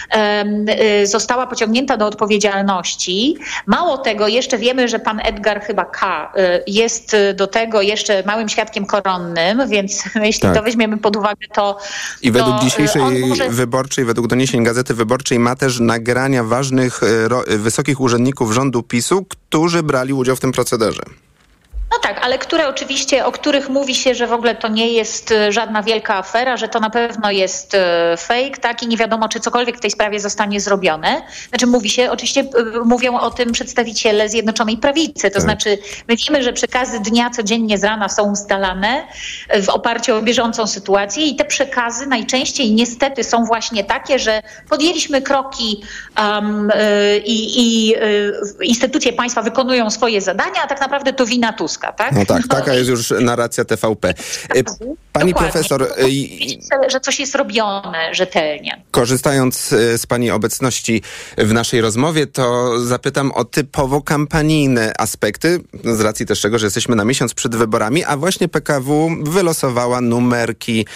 um, została pociągnięta do odpowiedzialności. Mało tego, jeszcze wiemy, że pan Edgar chyba K. jest do tego jeszcze małym świadkiem koronnym, więc jeśli tak. to weźmiemy pod uwagę, to I według to dzisiejszej może... wyborczej, według doniesień Gazety Wyborczej ma też nagrania ważnych, ro, wysokich urzędników rządu PiSu, którzy brali udział w tym procederze. No tak, ale które oczywiście, o których mówi się, że w ogóle to nie jest żadna wielka afera, że to na pewno jest fake, tak, i nie wiadomo, czy cokolwiek w tej sprawie zostanie zrobione. Znaczy mówi się, oczywiście mówią o tym przedstawiciele Zjednoczonej Prawicy, to tak. znaczy my wiemy, że przekazy dnia codziennie z rana są ustalane w oparciu o bieżącą sytuację i te przekazy najczęściej niestety są właśnie takie, że podjęliśmy kroki um, i, i y, instytucje państwa wykonują swoje zadania, a tak naprawdę to wina Tuska. Tak? No tak, taka jest już narracja T V P. Pani Dokładnie. profesor... Że coś jest robione rzetelnie. Korzystając z pani obecności w naszej rozmowie, to zapytam o typowo kampanijne aspekty, z racji też tego, że jesteśmy na miesiąc przed wyborami, a właśnie P K W wylosowała numerki,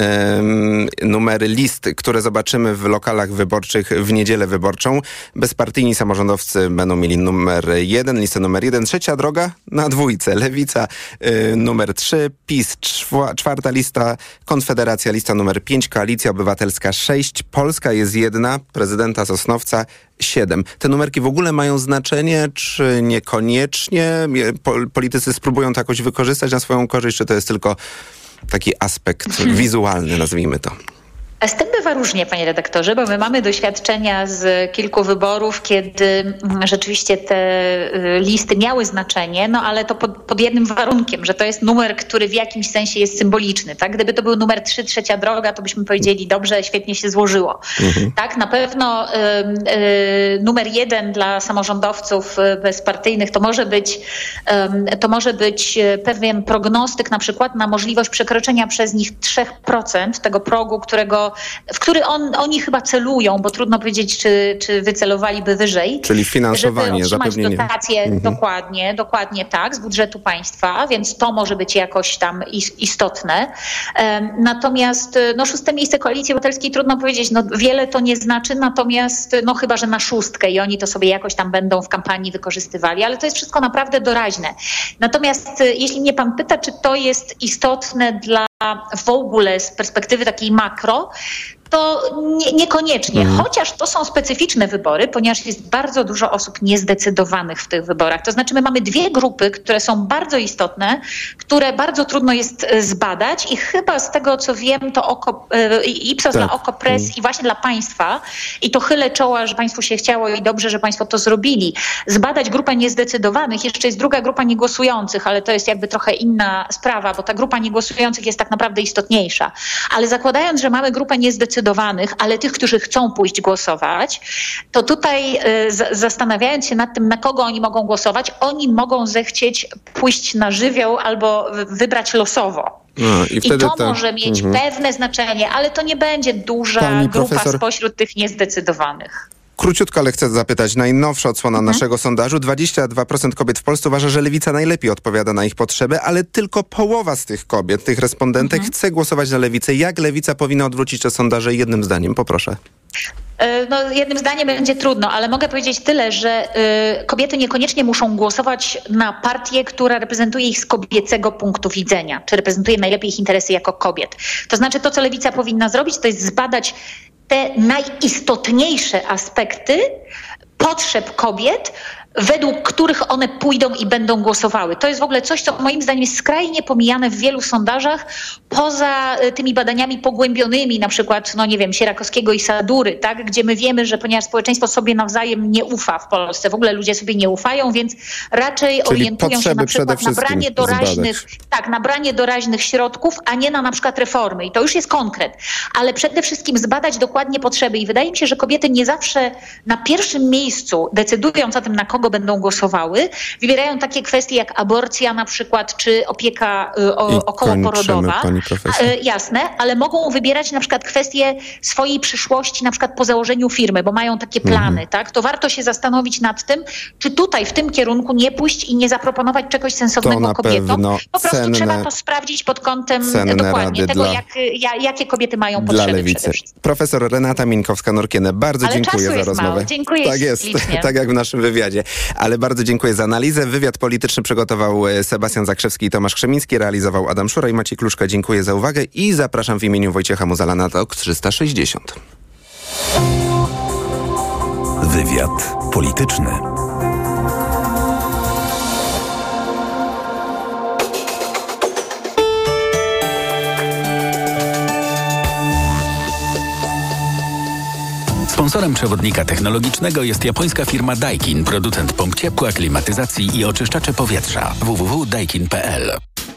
um, numery list, które zobaczymy w lokalach wyborczych w niedzielę wyborczą. Bezpartyjni samorządowcy będą mieli numer jeden, listę numer jeden, trzecia droga na dwójce, Lewica y, numer trzy, PiS czwa, czwarta lista, Konfederacja lista numer pięć, Koalicja Obywatelska sześć, Polska jest jedna, prezydenta Sosnowca siedem. Te numerki w ogóle mają znaczenie, czy niekoniecznie? Politycy spróbują to jakoś wykorzystać na swoją korzyść, czy to jest tylko taki aspekt wizualny, nazwijmy to? Z tym bywa różnie, panie redaktorze, bo my mamy doświadczenia z kilku wyborów, kiedy rzeczywiście te listy miały znaczenie, no ale to pod, pod jednym warunkiem, że to jest numer, który w jakimś sensie jest symboliczny. Tak? Gdyby to był numer trzy, trzecia droga, to byśmy powiedzieli, dobrze, świetnie się złożyło. Mhm. Tak, na pewno y, y, numer jeden dla samorządowców bezpartyjnych to może być, y, to może być pewien prognostyk na przykład na możliwość przekroczenia przez nich trzy procent tego progu, którego w który on, oni chyba celują, bo trudno powiedzieć, czy, czy wycelowaliby wyżej. Czyli finansowanie, żeby otrzymać zapewnienie. dotacje, mhm. dokładnie, dokładnie tak, z budżetu państwa, więc to może być jakoś tam istotne. Natomiast no, szóste miejsce Koalicji Obywatelskiej trudno powiedzieć, no wiele to nie znaczy, natomiast no chyba, że na szóstkę i oni to sobie jakoś tam będą w kampanii wykorzystywali, ale to jest wszystko naprawdę doraźne. Natomiast jeśli mnie pan pyta, czy to jest istotne dla w ogóle z perspektywy takiej makro, to nie, niekoniecznie. Mm. Chociaż to są specyficzne wybory, ponieważ jest bardzo dużo osób niezdecydowanych w tych wyborach. To znaczy my mamy dwie grupy, które są bardzo istotne, które bardzo trudno jest zbadać i chyba z tego, co wiem, to oko, Ipsos tak. dla Okopres mm. i właśnie dla państwa, i to chylę czoła, że państwu się chciało i dobrze, że państwo to zrobili, zbadać grupę niezdecydowanych. Jeszcze jest druga grupa niegłosujących, ale to jest jakby trochę inna sprawa, bo ta grupa niegłosujących jest tak naprawdę istotniejsza. Ale zakładając, że mamy grupę niezdecydowanych, ale tych, którzy chcą pójść głosować, to tutaj y, z, zastanawiając się nad tym, na kogo oni mogą głosować, oni mogą zechcieć pójść na żywioł albo wybrać losowo. No, i, wtedy I to, to może mieć mhm. pewne znaczenie, ale to nie będzie duża Pani grupa profesor... spośród tych niezdecydowanych. Króciutko, ale chcę zapytać. Najnowsza odsłona mhm. naszego sondażu. dwadzieścia dwa procent kobiet w Polsce uważa, że Lewica najlepiej odpowiada na ich potrzeby, ale tylko połowa z tych kobiet, tych respondentek mhm. chce głosować na Lewicę. Jak Lewica powinna odwrócić te sondaże? Jednym zdaniem, poproszę. No, jednym zdaniem będzie trudno, ale mogę powiedzieć tyle, że y, kobiety niekoniecznie muszą głosować na partię, która reprezentuje ich z kobiecego punktu widzenia, czy reprezentuje najlepiej ich interesy jako kobiet. To znaczy to, co Lewica powinna zrobić, to jest zbadać te najistotniejsze aspekty potrzeb kobiet, według których one pójdą i będą głosowały. To jest w ogóle coś, co moim zdaniem jest skrajnie pomijane w wielu sondażach, poza tymi badaniami pogłębionymi, na przykład, no nie wiem, Sierakowskiego i Sadury, tak, gdzie my wiemy, że ponieważ społeczeństwo sobie nawzajem nie ufa w Polsce, w ogóle ludzie sobie nie ufają, więc raczej Czyli orientują się na przykład na branie doraźnych, tak, na branie doraźnych środków, a nie na na przykład reformy. I to już jest konkret. Ale przede wszystkim zbadać dokładnie potrzeby. I wydaje mi się, że kobiety nie zawsze na pierwszym miejscu, decydując o tym, na kogo będą głosowały, wybierają takie kwestie jak aborcja na przykład, czy opieka y, o, okołoporodowa. Y, jasne, ale mogą wybierać na przykład kwestie swojej przyszłości, na przykład po założeniu firmy, bo mają takie plany, mhm. tak? To warto się zastanowić nad tym, czy tutaj w tym kierunku nie pójść i nie zaproponować czegoś sensownego kobietom. Po prostu cenne, trzeba to sprawdzić pod kątem dokładnie tego, jak, ja, jakie kobiety mają potrzeby Lewicy. Profesor Renata Minkowska-Nurkiene, bardzo ale dziękuję za rozmowę. Mało. Dziękuję tak jest, ślicznie. Tak jak w naszym wywiadzie. Ale bardzo dziękuję za analizę. Wywiad polityczny przygotował Sebastian Zakrzewski i Tomasz Krzemiński, realizował Adam Szura i Maciej Kluczka. Dziękuję za uwagę i zapraszam w imieniu Wojciecha Muzala na Tok trzysta sześćdziesiąt. Wywiad polityczny. Sponsorem przewodnika technologicznego jest japońska firma Daikin, producent pomp ciepła, klimatyzacji i oczyszczacze powietrza. w w w kropka daikin kropka p l.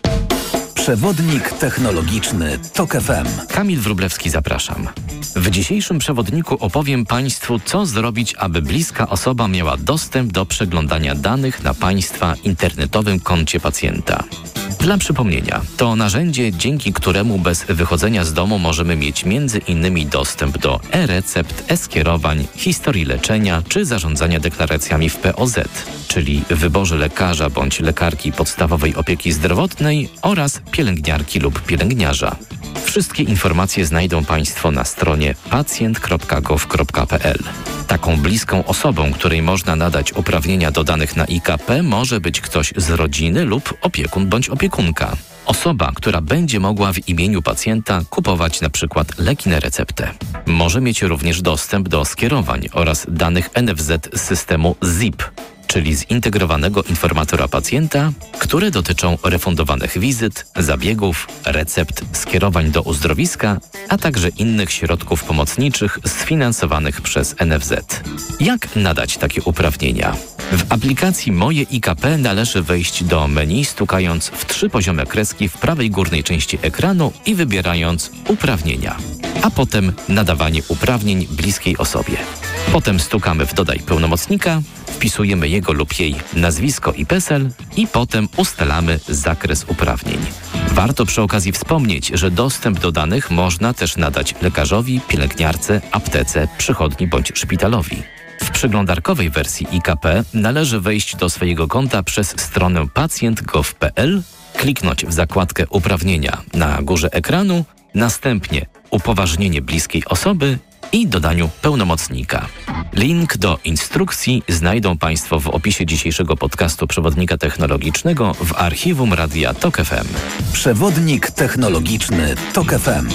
Przewodnik technologiczny TOK F M. Kamil Wróblewski, zapraszam. W dzisiejszym przewodniku opowiem Państwu, co zrobić, aby bliska osoba miała dostęp do przeglądania danych na Państwa internetowym koncie pacjenta. Dla przypomnienia, to narzędzie, dzięki któremu bez wychodzenia z domu możemy mieć między innymi dostęp do e-recept, e-skierowań, historii leczenia czy zarządzania deklaracjami w P O Z, czyli wyborze lekarza bądź lekarki podstawowej opieki zdrowotnej oraz pielęgniarki lub pielęgniarza. Wszystkie informacje znajdą Państwo na stronie pacjent kropka gov kropka p l. Taką bliską osobą, której można nadać uprawnienia do danych na I K P, może być ktoś z rodziny lub opiekun bądź opiekunka. Osoba, która będzie mogła w imieniu pacjenta kupować na przykład leki na receptę. Może mieć również dostęp do skierowań oraz danych N F Z z systemu Z I P, czyli zintegrowanego informatora pacjenta, które dotyczą refundowanych wizyt, zabiegów, recept, skierowań do uzdrowiska, a także innych środków pomocniczych sfinansowanych przez N F Z. Jak nadać takie uprawnienia? W aplikacji Moje I K P należy wejść do menu, stukając w trzy poziome kreski w prawej górnej części ekranu i wybierając Uprawnienia, a potem Nadawanie uprawnień bliskiej osobie. Potem stukamy w Dodaj pełnomocnika, wpisujemy jego lub jej nazwisko i PESEL i potem ustalamy zakres uprawnień. Warto przy okazji wspomnieć, że dostęp do danych można też nadać lekarzowi, pielęgniarce, aptece, przychodni bądź szpitalowi. W przeglądarkowej wersji I K P należy wejść do swojego konta przez stronę pacjent kropka gov kropka p l, kliknąć w zakładkę Uprawnienia na górze ekranu, następnie Upoważnienie bliskiej osoby i dodaniu pełnomocnika. Link do instrukcji znajdą Państwo w opisie dzisiejszego podcastu Przewodnika Technologicznego w archiwum Radia TOK F M. Przewodnik technologiczny TOK F M.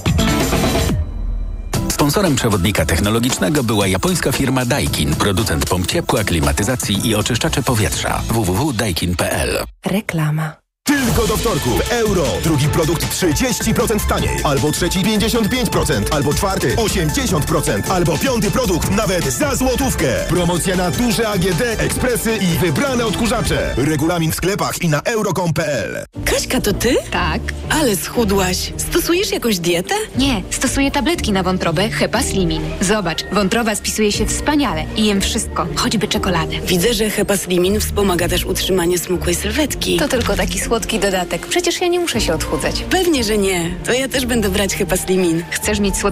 Sponsorem przewodnika technologicznego była japońska firma Daikin, producent pomp ciepła, klimatyzacji i oczyszczacze powietrza. w w w kropka daikin kropka p l. Reklama. Tylko do wtorku. Euro. Drugi produkt trzydzieści procent taniej. Albo trzeci pięćdziesiąt pięć procent. Albo czwarty osiemdziesiąt procent. Albo piąty produkt nawet za złotówkę. Promocja na duże A G D, ekspresy i wybrane odkurzacze. Regulamin w sklepach i na euro kropka com kropka p l. Kaśka, to ty? Tak. Ale schudłaś. Stosujesz jakąś dietę? Nie, stosuję tabletki na wątrobę Hepaslimin. Zobacz, wątroba spisuje się wspaniale i jem wszystko, choćby czekoladę. Widzę, że Hepaslimin wspomaga też utrzymanie smukłej sylwetki. To tylko taki słodki dodatek. Przecież ja nie muszę się odchudzać. Pewnie, że nie. To ja też będę brać Hepaslimin. Chcesz mieć słodki